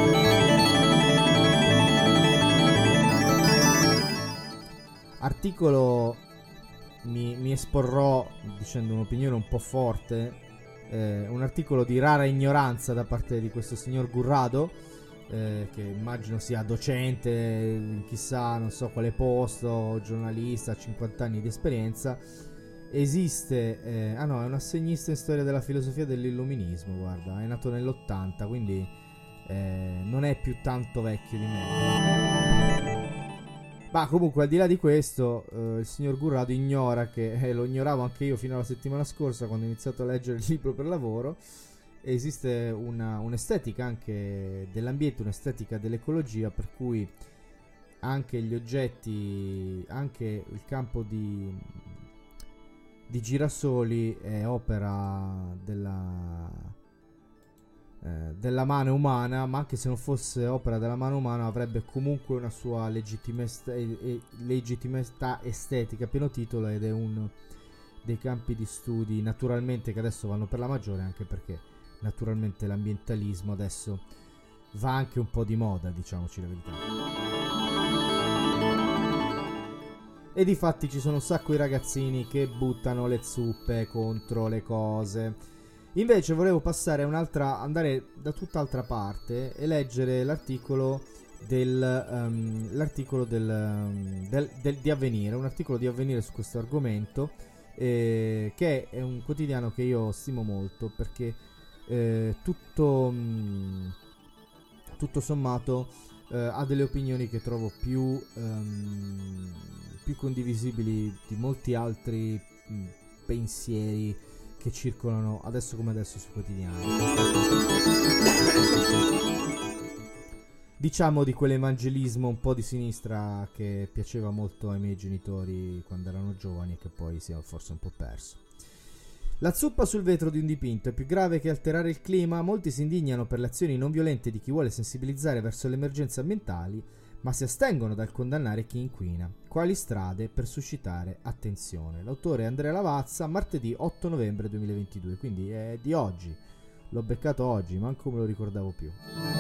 Articolo, mi esporrò dicendo un'opinione un po' forte, un articolo di rara ignoranza da parte di questo signor Gurrado, che immagino sia docente in chissà non so quale posto, giornalista, 50 anni di esperienza. Esiste, è un assegnista in storia della filosofia dell'illuminismo, guarda, è nato nell'80, quindi non è più tanto vecchio di me. Ma comunque, al di là di questo, il signor Gurrado ignora che, lo ignoravo anche io fino alla settimana scorsa quando ho iniziato a leggere il libro per lavoro, esiste un'estetica anche dell'ambiente, un'estetica dell'ecologia, per cui anche gli oggetti, anche il campo di di Girasoli è opera della mano umana, ma anche se non fosse opera della mano umana avrebbe comunque una sua legittimità estetica a pieno titolo, ed è uno dei campi di studi naturalmente che adesso vanno per la maggiore, anche perché naturalmente l'ambientalismo adesso va anche un po' di moda, diciamoci la verità. E difatti ci sono un sacco di ragazzini che buttano le zuppe contro le cose. Invece volevo passare andare da tutt'altra parte e leggere l'articolo di Avvenire, un articolo di Avvenire su questo argomento, che è un quotidiano che io stimo molto, perché tutto sommato ha delle opinioni che trovo più condivisibili di molti altri pensieri che circolano adesso come adesso sui quotidiani. Diciamo di quell'evangelismo un po' di sinistra che piaceva molto ai miei genitori quando erano giovani e che poi si è forse un po' perso. La zuppa sul vetro di un dipinto è più grave che alterare il clima. Molti si indignano per le azioni non violente di chi vuole sensibilizzare verso le emergenze ambientali, ma si astengono dal condannare chi inquina. Quali strade per suscitare attenzione? L'autore è Andrea Lavazza, martedì 8 novembre 2022, quindi è di oggi. L'ho beccato oggi, manco me lo ricordavo più.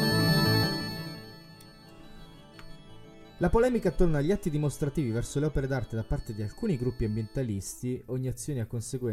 La polemica attorno agli atti dimostrativi verso le opere d'arte da parte di alcuni gruppi ambientalisti, ogni azione a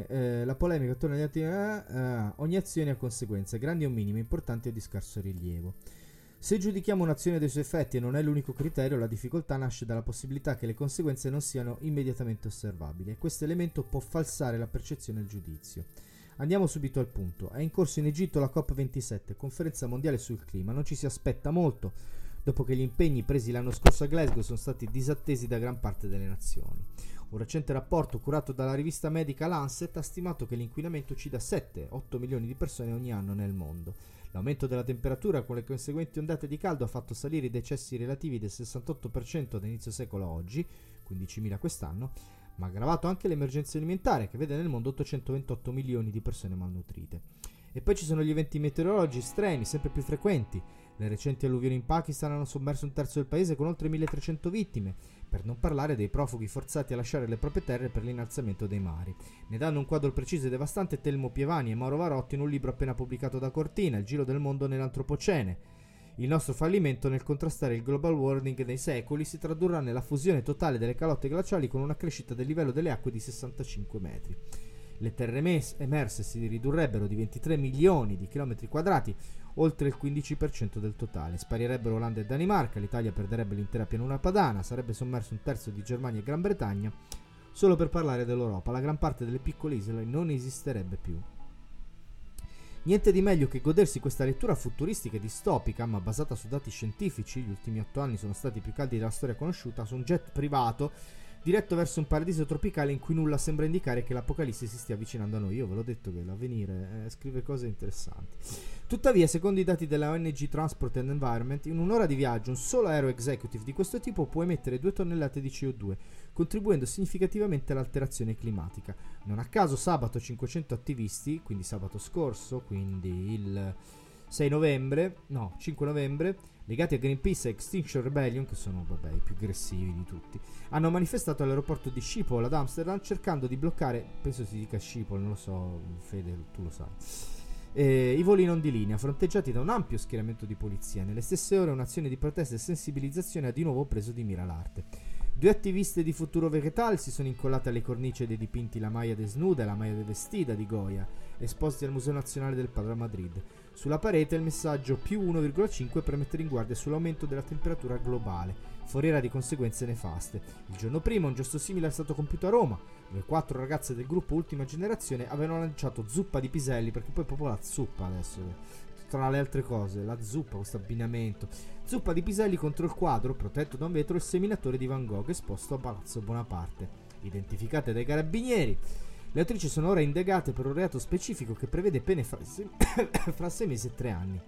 conseguenze, grandi o minime, importanti o di scarso rilievo. Se giudichiamo un'azione dei suoi effetti e non è l'unico criterio, la difficoltà nasce dalla possibilità che le conseguenze non siano immediatamente osservabili, e questo elemento può falsare la percezione e il giudizio. Andiamo subito al punto. È in corso in Egitto la COP27, conferenza mondiale sul clima. Non ci si aspetta molto, dopo che gli impegni presi l'anno scorso a Glasgow sono stati disattesi da gran parte delle nazioni. Un recente rapporto curato dalla rivista medica Lancet ha stimato che l'inquinamento uccida 7-8 milioni di persone ogni anno nel mondo. L'aumento della temperatura con le conseguenti ondate di caldo ha fatto salire i decessi relativi del 68% da inizio secolo a oggi, 15.000 quest'anno, ma ha aggravato anche l'emergenza alimentare, che vede nel mondo 828 milioni di persone malnutrite. E poi ci sono gli eventi meteorologici estremi, sempre più frequenti. Le recenti alluvioni in Pakistan hanno sommerso un terzo del paese con oltre 1300 vittime, per non parlare dei profughi forzati a lasciare le proprie terre per l'innalzamento dei mari. Ne danno un quadro preciso e devastante Telmo Pievani e Mauro Varotti in un libro appena pubblicato da Cortina, Il giro del mondo nell'antropocene. Il nostro fallimento nel contrastare il global warming dei secoli si tradurrà nella fusione totale delle calotte glaciali, con una crescita del livello delle acque di 65 metri. Le terre emerse si ridurrebbero di 23 milioni di chilometri quadrati, oltre il 15% del totale. Sparirebbero Olanda e Danimarca, l'Italia perderebbe l'intera pianura padana, sarebbe sommerso un terzo di Germania e Gran Bretagna. Solo per parlare dell'Europa, la gran parte delle piccole isole non esisterebbe più. Niente di meglio che godersi questa lettura futuristica e distopica, ma basata su dati scientifici. Gli ultimi 8 anni sono stati più caldi della storia conosciuta, su un jet privato diretto verso un paradiso tropicale in cui nulla sembra indicare che l'apocalisse si stia avvicinando a noi. Io ve l'ho detto che l'Avvenire scrive cose interessanti. Tuttavia, secondo i dati della ONG Transport and Environment, in un'ora di viaggio un solo aereo executive di questo tipo può emettere 2 tonnellate di CO2, contribuendo significativamente all'alterazione climatica. Non a caso sabato 500 attivisti, quindi sabato scorso, quindi il 5 novembre, legati a Greenpeace e Extinction Rebellion, che sono i più aggressivi di tutti, hanno manifestato all'aeroporto di Schiphol ad Amsterdam, cercando di bloccare, penso si dica Schiphol, non lo so, Fede, tu lo sai, i voli non di linea, fronteggiati da un ampio schieramento di polizia. Nelle stesse ore un'azione di protesta e sensibilizzazione ha di nuovo preso di mira l'arte. 2 attiviste di Futuro Vegetal si sono incollate alle cornici dei dipinti La Maya Desnuda e La Maya de Vestida di Goya, esposti al Museo Nazionale del Prado a Madrid. Sulla parete il messaggio più 1,5 per mettere in guardia sull'aumento della temperatura globale, foriera di conseguenze nefaste. Il giorno prima un gesto simile è stato compiuto a Roma, dove 4 ragazze del gruppo Ultima Generazione avevano lanciato zuppa di piselli, perché poi proprio la zuppa adesso, tra le altre cose, la zuppa, questo abbinamento. Zuppa di piselli contro il quadro, protetto da un vetro, Il seminatore di Van Gogh, esposto a Palazzo Bonaparte. Identificate dai carabinieri, le autrici sono ora indagate per un reato specifico che prevede pene fra 6 mesi e 3 anni.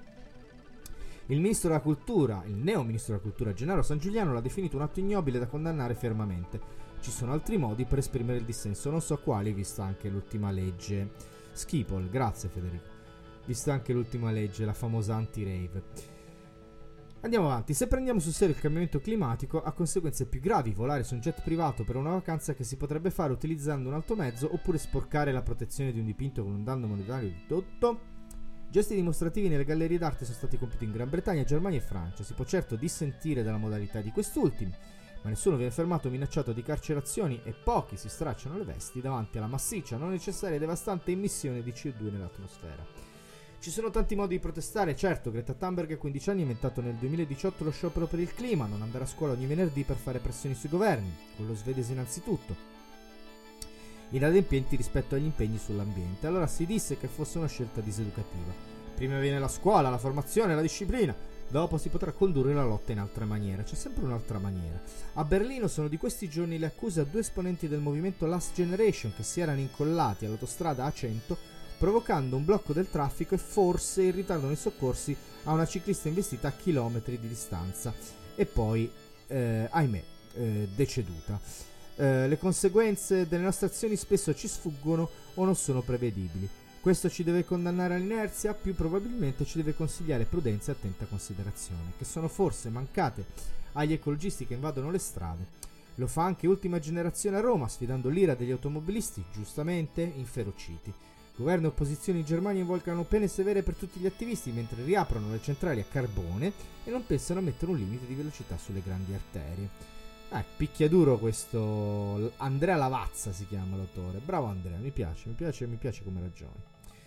Il ministro della cultura, il neo ministro della cultura Gennaro Sangiuliano, l'ha definito un atto ignobile da condannare fermamente. Ci sono altri modi per esprimere il dissenso, non so quali, vista anche l'ultima legge Schiphol, grazie Federico, vista anche l'ultima legge, la famosa anti-rave. Andiamo avanti. Se prendiamo sul serio il cambiamento climatico, ha conseguenze più gravi volare su un jet privato per una vacanza che si potrebbe fare utilizzando un automezzo, oppure sporcare la protezione di un dipinto con un danno monetario ridotto. Gesti dimostrativi nelle gallerie d'arte sono stati compiuti in Gran Bretagna, Germania e Francia. Si può certo dissentire dalla modalità di quest'ultimi, ma nessuno viene fermato o minacciato di carcerazioni e pochi si stracciano le vesti davanti alla massiccia, non necessaria e devastante emissione di CO2 nell'atmosfera. Ci sono tanti modi di protestare, certo. Greta Thunberg a 15 anni ha inventato nel 2018 lo sciopero per il clima, non andare a scuola ogni venerdì per fare pressioni sui governi, quello svedese innanzitutto, inadempienti rispetto agli impegni sull'ambiente. Allora si disse che fosse una scelta diseducativa. Prima viene la scuola, la formazione, la disciplina, dopo si potrà condurre la lotta in altre maniere. C'è sempre un'altra maniera. A Berlino sono di questi giorni le accuse a 2 esponenti del movimento Last Generation che si erano incollati all'autostrada A100, provocando un blocco del traffico e forse il ritardo nei soccorsi a una ciclista investita a chilometri di distanza e poi, ahimè, deceduta. Le conseguenze delle nostre azioni spesso ci sfuggono o non sono prevedibili. Questo ci deve condannare all'inerzia, più probabilmente ci deve consigliare prudenza e attenta considerazione, che sono forse mancate agli ecologisti che invadono le strade. Lo fa anche Ultima Generazione a Roma, sfidando l'ira degli automobilisti, giustamente inferociti. Governo e opposizione in Germania invocano pene severe per tutti gli attivisti, mentre riaprono le centrali a carbone e non pensano a mettere un limite di velocità sulle grandi arterie. Picchiaduro questo. Andrea Lavazza si chiama l'autore. Bravo Andrea, mi piace come ragioni.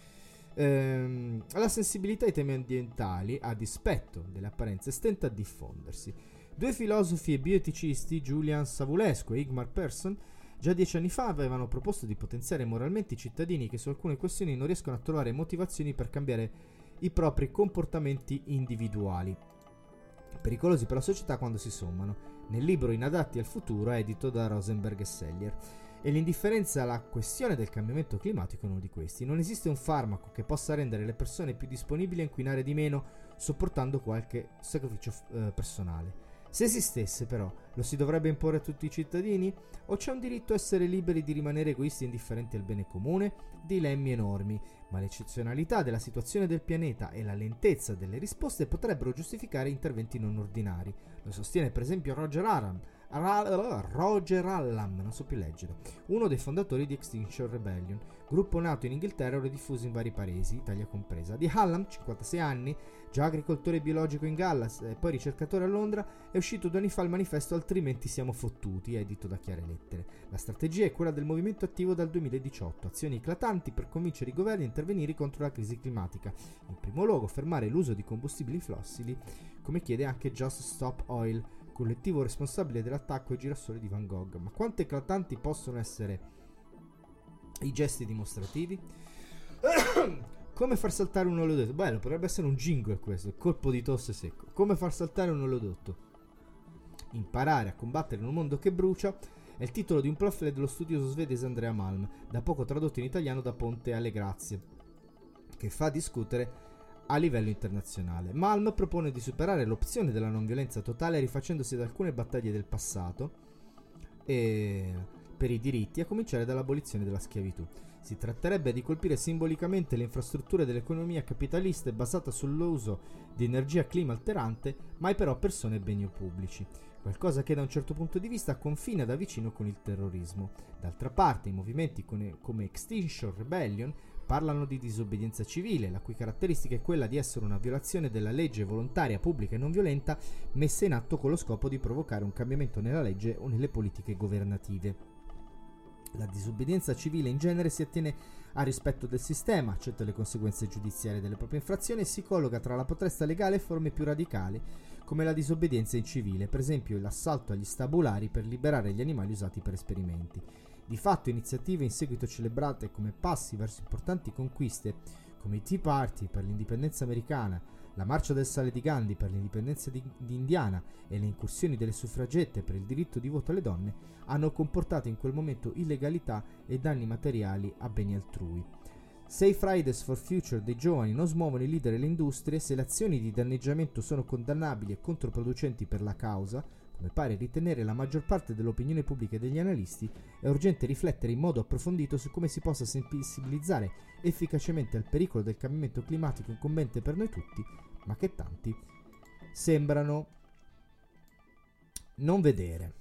La sensibilità ai temi ambientali, a dispetto delle apparenze, stenta a diffondersi. 2 filosofi e bioeticisti, Julian Savulescu e Igmar Persson, già 10 anni fa avevano proposto di potenziare moralmente i cittadini che su alcune questioni non riescono a trovare motivazioni per cambiare i propri comportamenti individuali, pericolosi per la società quando si sommano, nel libro Inadatti al futuro edito da Rosenberg e Sellier. E l'indifferenza alla questione del cambiamento climatico è uno di questi. Non esiste un farmaco che possa rendere le persone più disponibili a inquinare di meno, sopportando qualche sacrificio personale. Se esistesse, però, lo si dovrebbe imporre a tutti i cittadini? O c'è un diritto a essere liberi di rimanere egoisti e indifferenti al bene comune? Dilemmi enormi, ma l'eccezionalità della situazione del pianeta e la lentezza delle risposte potrebbero giustificare interventi non ordinari. Lo sostiene per esempio Roger Hallam, non so più leggere, uno dei fondatori di Extinction Rebellion, gruppo nato in Inghilterra e ora diffuso in vari paesi, Italia compresa. Di Hallam, 56 anni, già agricoltore biologico in Galles e poi ricercatore a Londra, è uscito 2 anni fa il manifesto Altrimenti siamo fottuti, edito da Chiare Lettere. La strategia è quella del movimento attivo dal 2018, azioni eclatanti per convincere i governi a intervenire contro la crisi climatica. In primo luogo fermare l'uso di combustibili fossili, come chiede anche Just Stop Oil, collettivo responsabile dell'attacco ai girasoli di Van Gogh. Ma quanto eclatanti possono essere i gesti dimostrativi? Come far saltare un oleodotto? Bello, potrebbe essere un jingle questo, colpo di tosse secco. Come far saltare un oleodotto? Imparare a combattere in un mondo che brucia è il titolo di un pamphlet dello studioso svedese Andrea Malm, da poco tradotto in italiano da Ponte alle Grazie, che fa discutere a livello internazionale. Malm propone di superare l'opzione della non violenza totale rifacendosi ad alcune battaglie del passato per i diritti, a cominciare dall'abolizione della schiavitù. Si tratterebbe di colpire simbolicamente le infrastrutture dell'economia capitalista basata sull'uso di energia clima alterante, mai però persone e beni pubblici, qualcosa che da un certo punto di vista confina da vicino con il terrorismo. D'altra parte i movimenti come Extinction Rebellion parlano di disobbedienza civile, la cui caratteristica è quella di essere una violazione della legge volontaria, pubblica e non violenta messa in atto con lo scopo di provocare un cambiamento nella legge o nelle politiche governative. La disobbedienza civile in genere si attiene al rispetto del sistema, accetta le conseguenze giudiziarie delle proprie infrazioni e si colloca tra la protesta legale e forme più radicali, come la disobbedienza in civile, per esempio l'assalto agli stabulari per liberare gli animali usati per esperimenti. Di fatto iniziative in seguito celebrate come passi verso importanti conquiste, come i Tea Party per l'indipendenza americana, la marcia del sale di Gandhi per l'indipendenza di Indiana e le incursioni delle suffragette per il diritto di voto alle donne, hanno comportato in quel momento illegalità e danni materiali a beni altrui. Se i Fridays for Future dei giovani non smuovono i leader e le industrie, se le azioni di danneggiamento sono condannabili e controproducenti per la causa, Come pare ritenere la maggior parte dell'opinione pubblica e degli analisti, è urgente riflettere in modo approfondito su come si possa sensibilizzare efficacemente al pericolo del cambiamento climatico incombente per noi tutti, ma che tanti sembrano non vedere.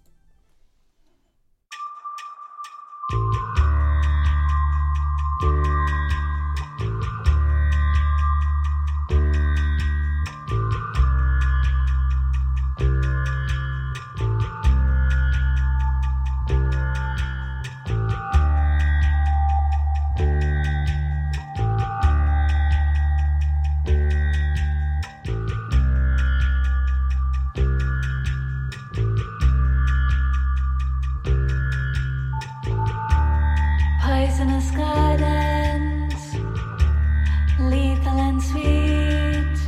Poisonous gardens, lethal and sweet,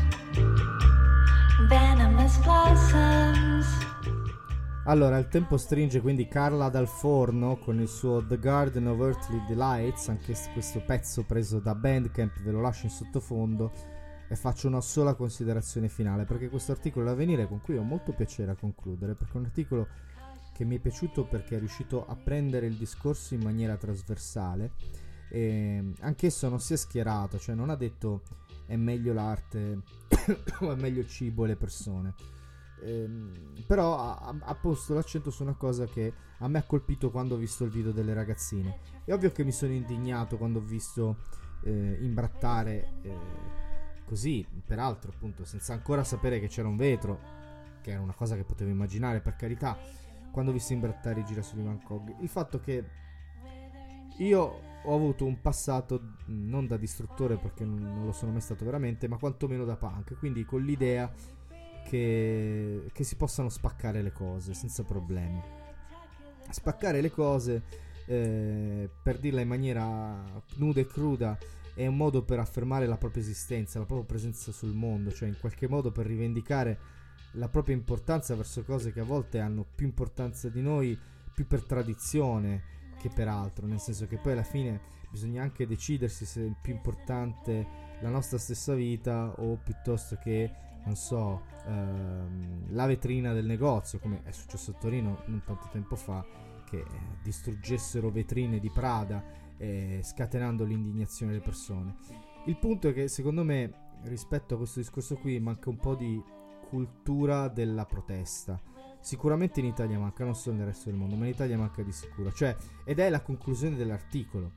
venomous blossoms. Allora, il tempo stringe, quindi Carla Dal Forno con il suo The Garden of Earthly Delights, anche questo pezzo preso da Bandcamp, ve lo lascio in sottofondo e faccio una sola considerazione finale, perché questo articolo è l'Avvenire con cui ho molto piacere a concludere, perché è un articolo che mi è piaciuto perché è riuscito a prendere il discorso in maniera trasversale e anch'esso non si è schierato, cioè non ha detto è meglio l'arte o è meglio il cibo e le persone, però ha posto l'accento su una cosa che a me ha colpito quando ho visto il video delle ragazzine. È ovvio che mi sono indignato quando ho visto imbrattare così, peraltro appunto senza ancora sapere che c'era un vetro, che era una cosa che potevo immaginare, per carità, quando ho visto imbrattare i girasoli Van Gogh. Il fatto che io ho avuto un passato non da distruttore, perché non lo sono mai stato veramente, ma quantomeno da punk, quindi con l'idea che si possano spaccare le cose senza problemi. Spaccare le cose, per dirla in maniera nuda e cruda, è un modo per affermare la propria esistenza, la propria presenza sul mondo, cioè in qualche modo per rivendicare la propria importanza verso cose che a volte hanno più importanza di noi, più per tradizione che per altro, nel senso che poi alla fine bisogna anche decidersi se è più importante la nostra stessa vita o piuttosto che, non so, la vetrina del negozio, come è successo a Torino non tanto tempo fa, che distruggessero vetrine di Prada, scatenando l'indignazione delle persone. Il punto è che secondo me rispetto a questo discorso qui manca un po' di cultura della protesta. Sicuramente in Italia manca, non solo nel resto del mondo, ma in Italia manca di sicuro, cioè, ed è la conclusione dell'articolo.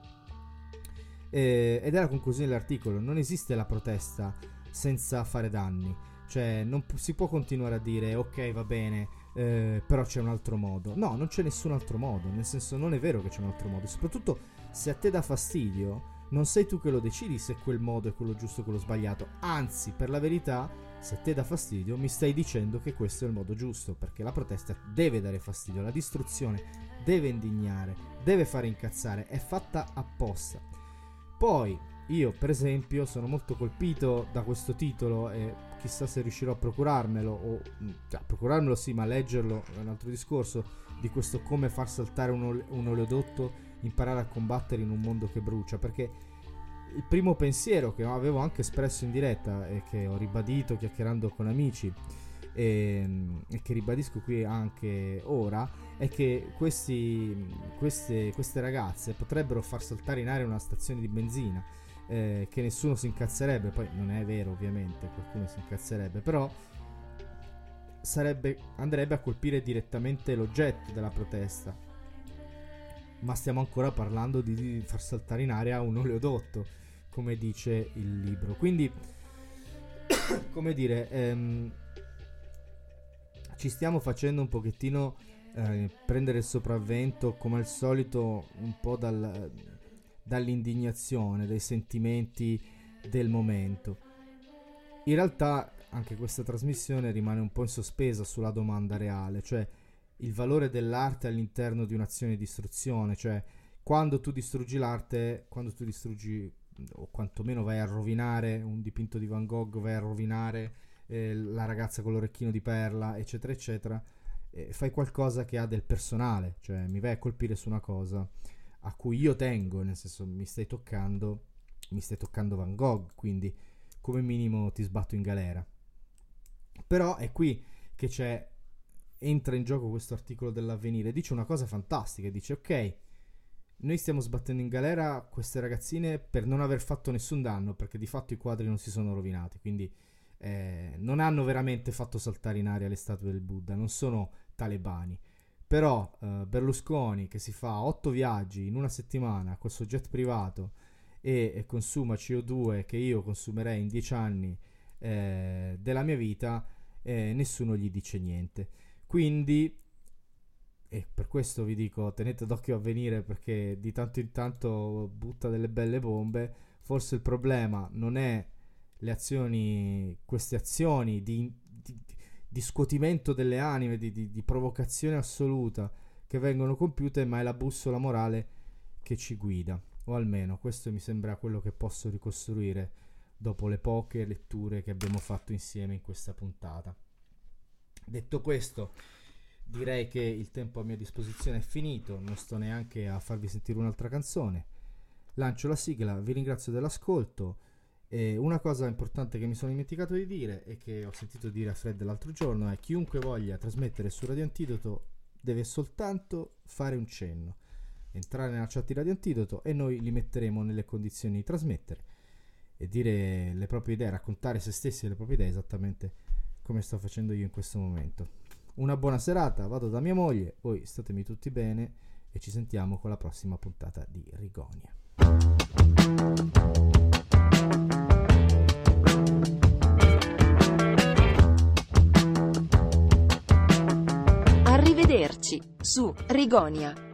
Non esiste la protesta senza fare danni, cioè non si può continuare a dire ok, va bene, però c'è un altro modo. No, non c'è nessun altro modo, nel senso, non è vero che c'è un altro modo, soprattutto se a te dà fastidio non sei tu che lo decidi se quel modo è quello giusto o quello sbagliato, anzi, per la verità, se a te dà fastidio mi stai dicendo che questo è il modo giusto, perché la protesta deve dare fastidio, la distruzione deve indignare, deve fare incazzare, è fatta apposta. Poi io per esempio sono molto colpito da questo titolo e chissà se riuscirò a procurarmelo, o cioè, procurarmelo sì, ma leggerlo è un altro discorso, di questo come far saltare un oleodotto, imparare a combattere in un mondo che brucia, perché il primo pensiero che avevo anche espresso in diretta e che ho ribadito chiacchierando con amici e che ribadisco qui anche ora è che queste ragazze potrebbero far saltare in aria una stazione di benzina, che nessuno si incazzerebbe. Poi non è vero, ovviamente, qualcuno si incazzerebbe, però andrebbe a colpire direttamente l'oggetto della protesta, ma stiamo ancora parlando di far saltare in aria un oleodotto, come dice il libro. Quindi come dire, ci stiamo facendo un pochettino prendere il sopravvento, come al solito, un po' dall'indignazione, dai sentimenti del momento. In realtà anche questa trasmissione rimane un po' in sospesa sulla domanda reale, cioè il valore dell'arte all'interno di un'azione di distruzione. Cioè, quando tu distruggi l'arte, quando tu distruggi, o quantomeno vai a rovinare un dipinto di Van Gogh, vai a rovinare la ragazza con l'orecchino di perla, eccetera eccetera, fai qualcosa che ha del personale, cioè mi vai a colpire su una cosa a cui io tengo, nel senso, mi stai toccando Van Gogh, quindi come minimo ti sbatto in galera. Però è qui che c'è entra in gioco questo articolo dell'Avvenire, dice una cosa fantastica, dice ok, noi stiamo sbattendo in galera queste ragazzine per non aver fatto nessun danno, perché di fatto i quadri non si sono rovinati, quindi non hanno veramente fatto saltare in aria le statue del Buddha, non sono talebani. Però Berlusconi, che si fa 8 viaggi in una settimana col suo jet privato e consuma CO2 che io consumerei in 10 anni della mia vita, nessuno gli dice niente. Quindi, e per questo vi dico, tenete d'occhio Avvenire, perché di tanto in tanto butta delle belle bombe. Forse il problema non è le azioni, queste azioni di scuotimento delle anime, di provocazione assoluta che vengono compiute, ma è la bussola morale che ci guida, o almeno questo mi sembra quello che posso ricostruire dopo le poche letture che abbiamo fatto insieme in questa puntata. Detto questo, direi che il tempo a mia disposizione è finito, non sto neanche a farvi sentire un'altra canzone, lancio la sigla, vi ringrazio dell'ascolto. E una cosa importante che mi sono dimenticato di dire e che ho sentito dire a Fred l'altro giorno è: chiunque voglia trasmettere su Radio Antidoto deve soltanto fare un cenno, entrare nella chat di Radio Antidoto e noi li metteremo nelle condizioni di trasmettere e dire le proprie idee, raccontare se stessi le proprie idee, esattamente come sto facendo io in questo momento. Una buona serata, vado da mia moglie, voi statemi tutti bene e ci sentiamo con la prossima puntata di Rigonia. Arrivederci su Rigonia.